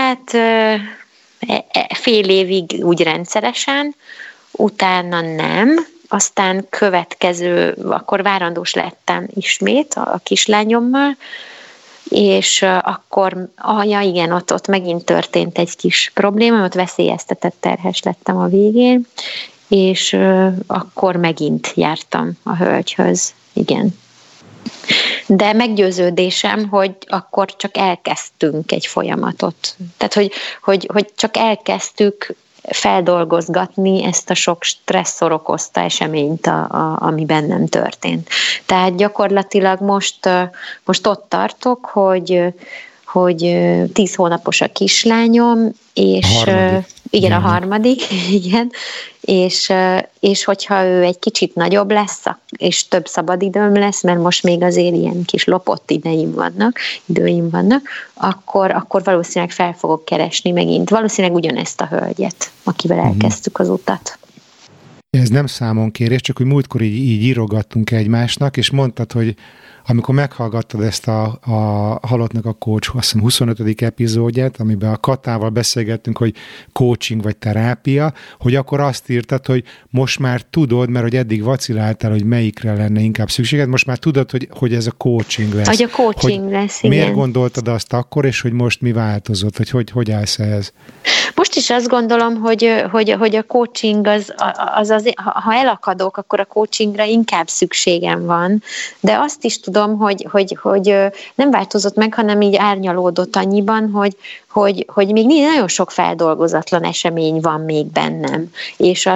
fél évig úgy rendszeresen, utána nem, aztán akkor várandós lettem ismét a kislányommal, és akkor, igen, ott megint történt egy kis probléma, ott veszélyeztetett terhes lettem a végén, és akkor megint jártam a hölgyhöz, igen. De meggyőződésem, hogy akkor csak elkezdtünk egy folyamatot. Tehát, hogy csak elkezdtük feldolgozgatni ezt a sok stresszor okozta eseményt, ami bennem történt. Tehát gyakorlatilag most ott tartok, hogy 10 hónapos a kislányom, és a harmadik, igen, és hogyha ő egy kicsit nagyobb lesz, és több szabadidőm lesz, mert most még azért ilyen kis lopott időim vannak, akkor valószínűleg fel fogok keresni megint, valószínűleg ugyanezt a hölgyet, akivel elkezdtük az utat. Ez nem számonkérés, csak hogy múltkor így írogattunk egymásnak, és mondtad, hogy amikor meghallgattad ezt a Halottnak a Coach, azt hiszem 25. epizódját, amiben a Katával beszélgettünk, hogy coaching vagy terápia, hogy akkor azt írtad, hogy most már tudod, mert hogy eddig vaciláltál, hogy melyikre lenne inkább szükséged, most már tudod, hogy ez a coaching lesz. Hogy a coaching lesz, igen. Miért gondoltad azt akkor, és hogy most mi változott, hogy állsz ehhez? Most is azt gondolom, hogy a coaching az, ha elakadok, akkor a coachingra inkább szükségem van, de azt is tudom, hogy nem változott meg, hanem így árnyalódott annyiban, hogy még nagyon sok feldolgozatlan esemény van még bennem, és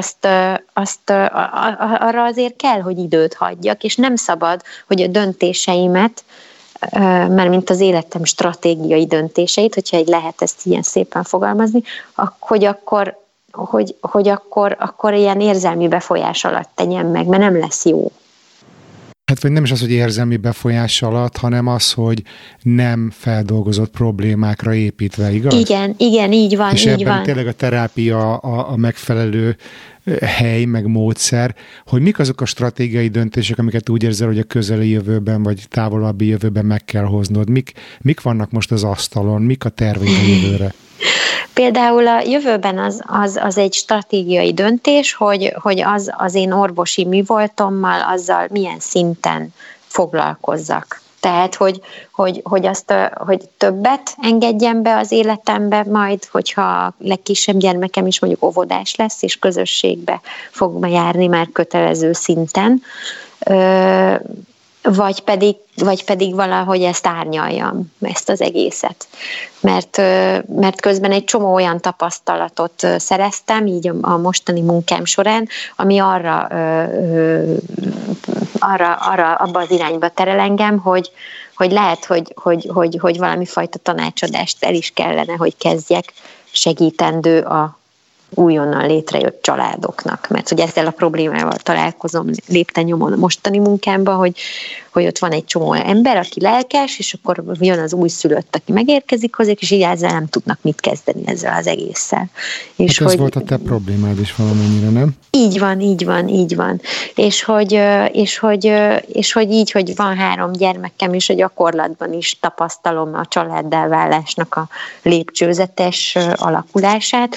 arra azért kell, hogy időt hagyjak, és nem szabad, hogy a döntéseimet, mert mint az életem stratégiai döntéseit, hogyha egy lehet ezt ilyen szépen fogalmazni, hogy akkor ilyen érzelmi befolyás alatt tegyen meg, mert nem lesz jó. Hát vagy nem is az, hogy érzelmi befolyás alatt, hanem az, hogy nem feldolgozott problémákra építve, igaz? Igen, így van. És így ebben van. tényleg a terápia a megfelelő hely, meg módszer, hogy mik azok a stratégiai döntések, amiket úgy érzel, hogy a közeli jövőben, vagy távolabbi jövőben meg kell hoznod. Mik vannak most az asztalon? Mik a terveid a jövőre? Például a jövőben az egy stratégiai döntés, hogy az én orvosi művoltommal, azzal milyen szinten foglalkozzak. Tehát, hogy többet engedjen be az életembe majd, hogyha a legkisebb gyermekem is mondjuk óvodás lesz, és közösségbe fog járni már kötelező szinten, vagy pedig valahogy ezt árnyaljam, ezt az egészet. Mert közben egy csomó olyan tapasztalatot szereztem, így a mostani munkám során, ami arra abba az irányba terel engem, hogy lehet, hogy valami fajta tanácsadást el is kellene, hogy kezdjek segítendő a újonnan létrejött családoknak, mert hogy ezzel a problémával találkozom lépten nyomon a mostani munkámban, hogy ott van egy csomó ember, aki lelkes, és akkor jön az újszülött, aki megérkezik hozzák, és így ezzel nem tudnak mit kezdeni ezzel az egésszel. És hát ez volt a te problémád is valamennyire, nem? Így van. És hogy így, hogy van 3 gyermekem, és a gyakorlatban is tapasztalom a családdá válásnak a lépcsőzetes alakulását,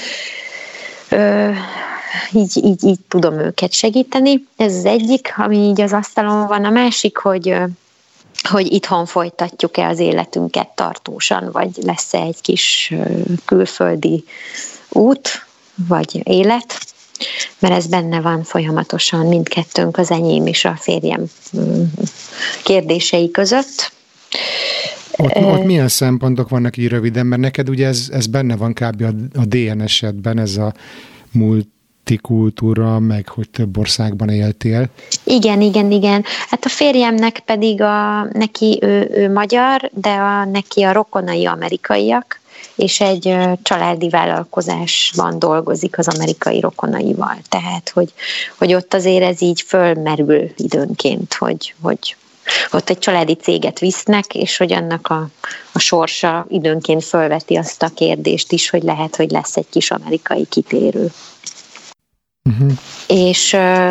így tudom őket segíteni. Ez az egyik, ami így az asztalon van. A másik, hogy itthon folytatjuk-e az életünket tartósan, vagy lesz-e egy kis külföldi út, vagy élet, mert ez benne van folyamatosan mindkettőnk, az enyém és a férjem kérdései között. Ott milyen szempontok vannak így röviden, mert neked ugye ez benne van kb. A DNS-edben, ez a multikultúra, meg hogy több országban éltél. Igen. Hát a férjemnek pedig ő magyar, de neki a rokonai amerikaiak, és egy családi vállalkozásban dolgozik az amerikai rokonaival. Tehát, hogy ott azért ez így fölmerül időnként, hogy ott egy családi céget visznek, és hogy annak a sorsa időnként fölveti azt a kérdést is, hogy lehet, hogy lesz egy kis amerikai kitérő. Uh-huh.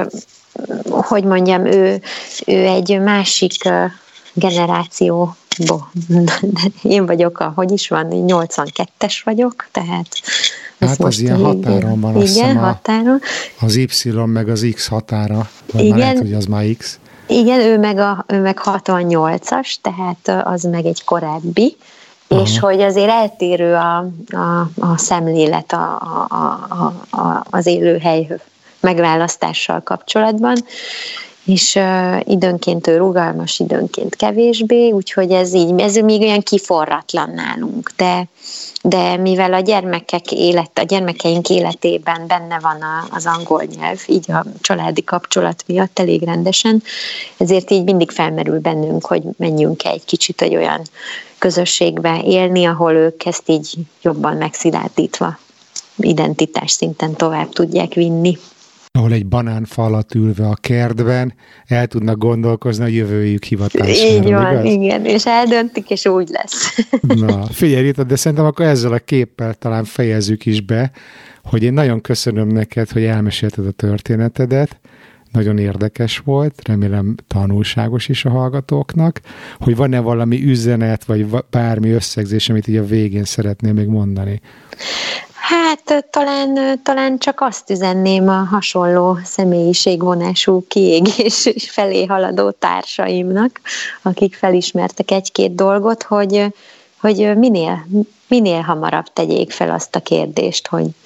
hogy mondjam, ő egy másik generáció. Én vagyok hogy is van, 82-es vagyok, tehát... Hát az ilyen határon van, azt igen, határon. Az Y meg az X határa, vagy igen, már lehet, hogy az már X. Igen, ő meg 68-as, tehát az meg egy korábbi, és hogy azért eltérő a szemlélet az élőhely megválasztással kapcsolatban, és időnként ő rugalmas, időnként kevésbé, úgyhogy ez még olyan kiforratlan nálunk, de mivel a gyermekeink életében benne van az angol nyelv, így a családi kapcsolat miatt elég rendesen, ezért így mindig felmerül bennünk, hogy menjünk egy kicsit egy olyan közösségbe élni, ahol ők ezt így jobban megszilárdítva identitás szinten tovább tudják vinni. Ahol egy banánfa alatt ülve a kertben el tudnak gondolkozni a jövőjük hivatására. Így van, igaz? igen, és eldöntik, és úgy lesz. Na, figyelj Rita, de szerintem akkor ezzel a képpel talán fejezzük is be, hogy én nagyon köszönöm neked, hogy elmesélted a történetedet, nagyon érdekes volt, remélem tanulságos is a hallgatóknak, hogy van-e valami üzenet, vagy bármi összegzés, amit így a végén szeretnél még mondani? Hát talán csak azt üzenném a hasonló személyiségvonású kiégés felé haladó társaimnak, akik felismertek egy-két dolgot, hogy minél hamarabb tegyék fel azt a kérdést,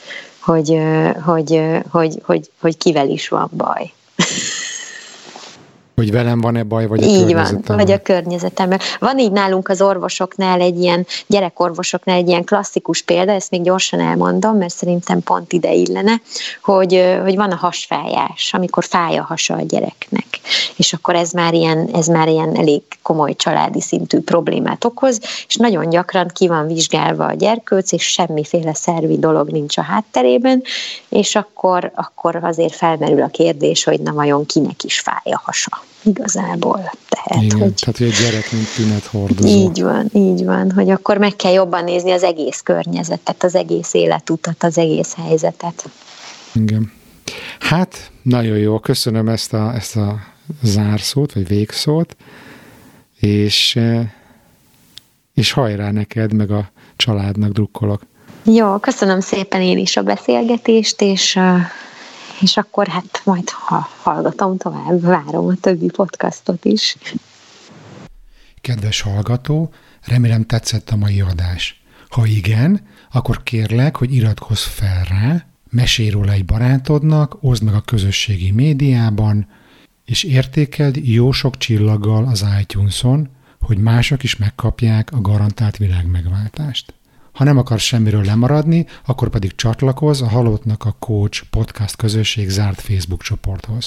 hogy kivel is van baj. Hogy velem van-e baj, vagy a így környezetemben? Van, vagy a környezetemben. Van így nálunk az orvosoknál gyerekorvosoknál egy ilyen klasszikus példa, ezt még gyorsan elmondom, mert szerintem pont ide illene, hogy van a hasfájás, amikor fáj a hasa a gyereknek. És akkor ez már ilyen elég komoly családi szintű problémát okoz, és nagyon gyakran ki van vizsgálva a gyerkőc, és semmiféle szervi dolog nincs a hátterében, és akkor azért felmerül a kérdés, hogy na vajon kinek is fáj a hasa. Igazából. Tehát, hogy egy gyerek, mint tünethordozó. Így van, hogy akkor meg kell jobban nézni az egész környezetet, az egész életutat, az egész helyzetet. Igen. Hát, nagyon jó, köszönöm ezt a zárszót, vagy végszót, és hajrá neked, meg a családnak drukkolok. Jó, köszönöm szépen én is a beszélgetést, és akkor hát majd hallgatom tovább, várom a többi podcastot is. Kedves hallgató, remélem tetszett a mai adás. Ha igen, akkor kérlek, hogy iratkozz fel rá, mesélj róla egy barátodnak, oszd meg a közösségi médiában, és értékeld jó sok csillaggal az iTunes-on, hogy mások is megkapják a garantált világmegváltást. Ha nem akarsz semmiről lemaradni, akkor pedig csatlakozz a Halottnak a Coach podcast közösség zárt Facebook csoporthoz.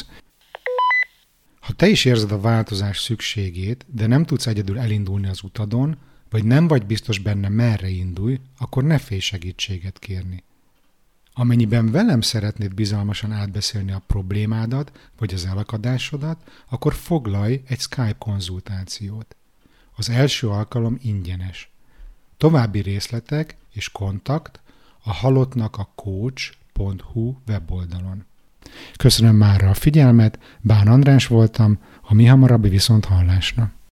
Ha te is érzed a változás szükségét, de nem tudsz egyedül elindulni az utadon, vagy nem vagy biztos benne, merre indulj, akkor ne félj segítséget kérni. Amennyiben velem szeretnéd bizalmasan átbeszélni a problémádat, vagy az elakadásodat, akkor foglalj egy Skype konzultációt. Az első alkalom ingyenes. További részletek és kontakt a halottnakacoach.hu weboldalon. Köszönöm mára a figyelmet, Bán András voltam, a mihamarabbi viszonthallásra.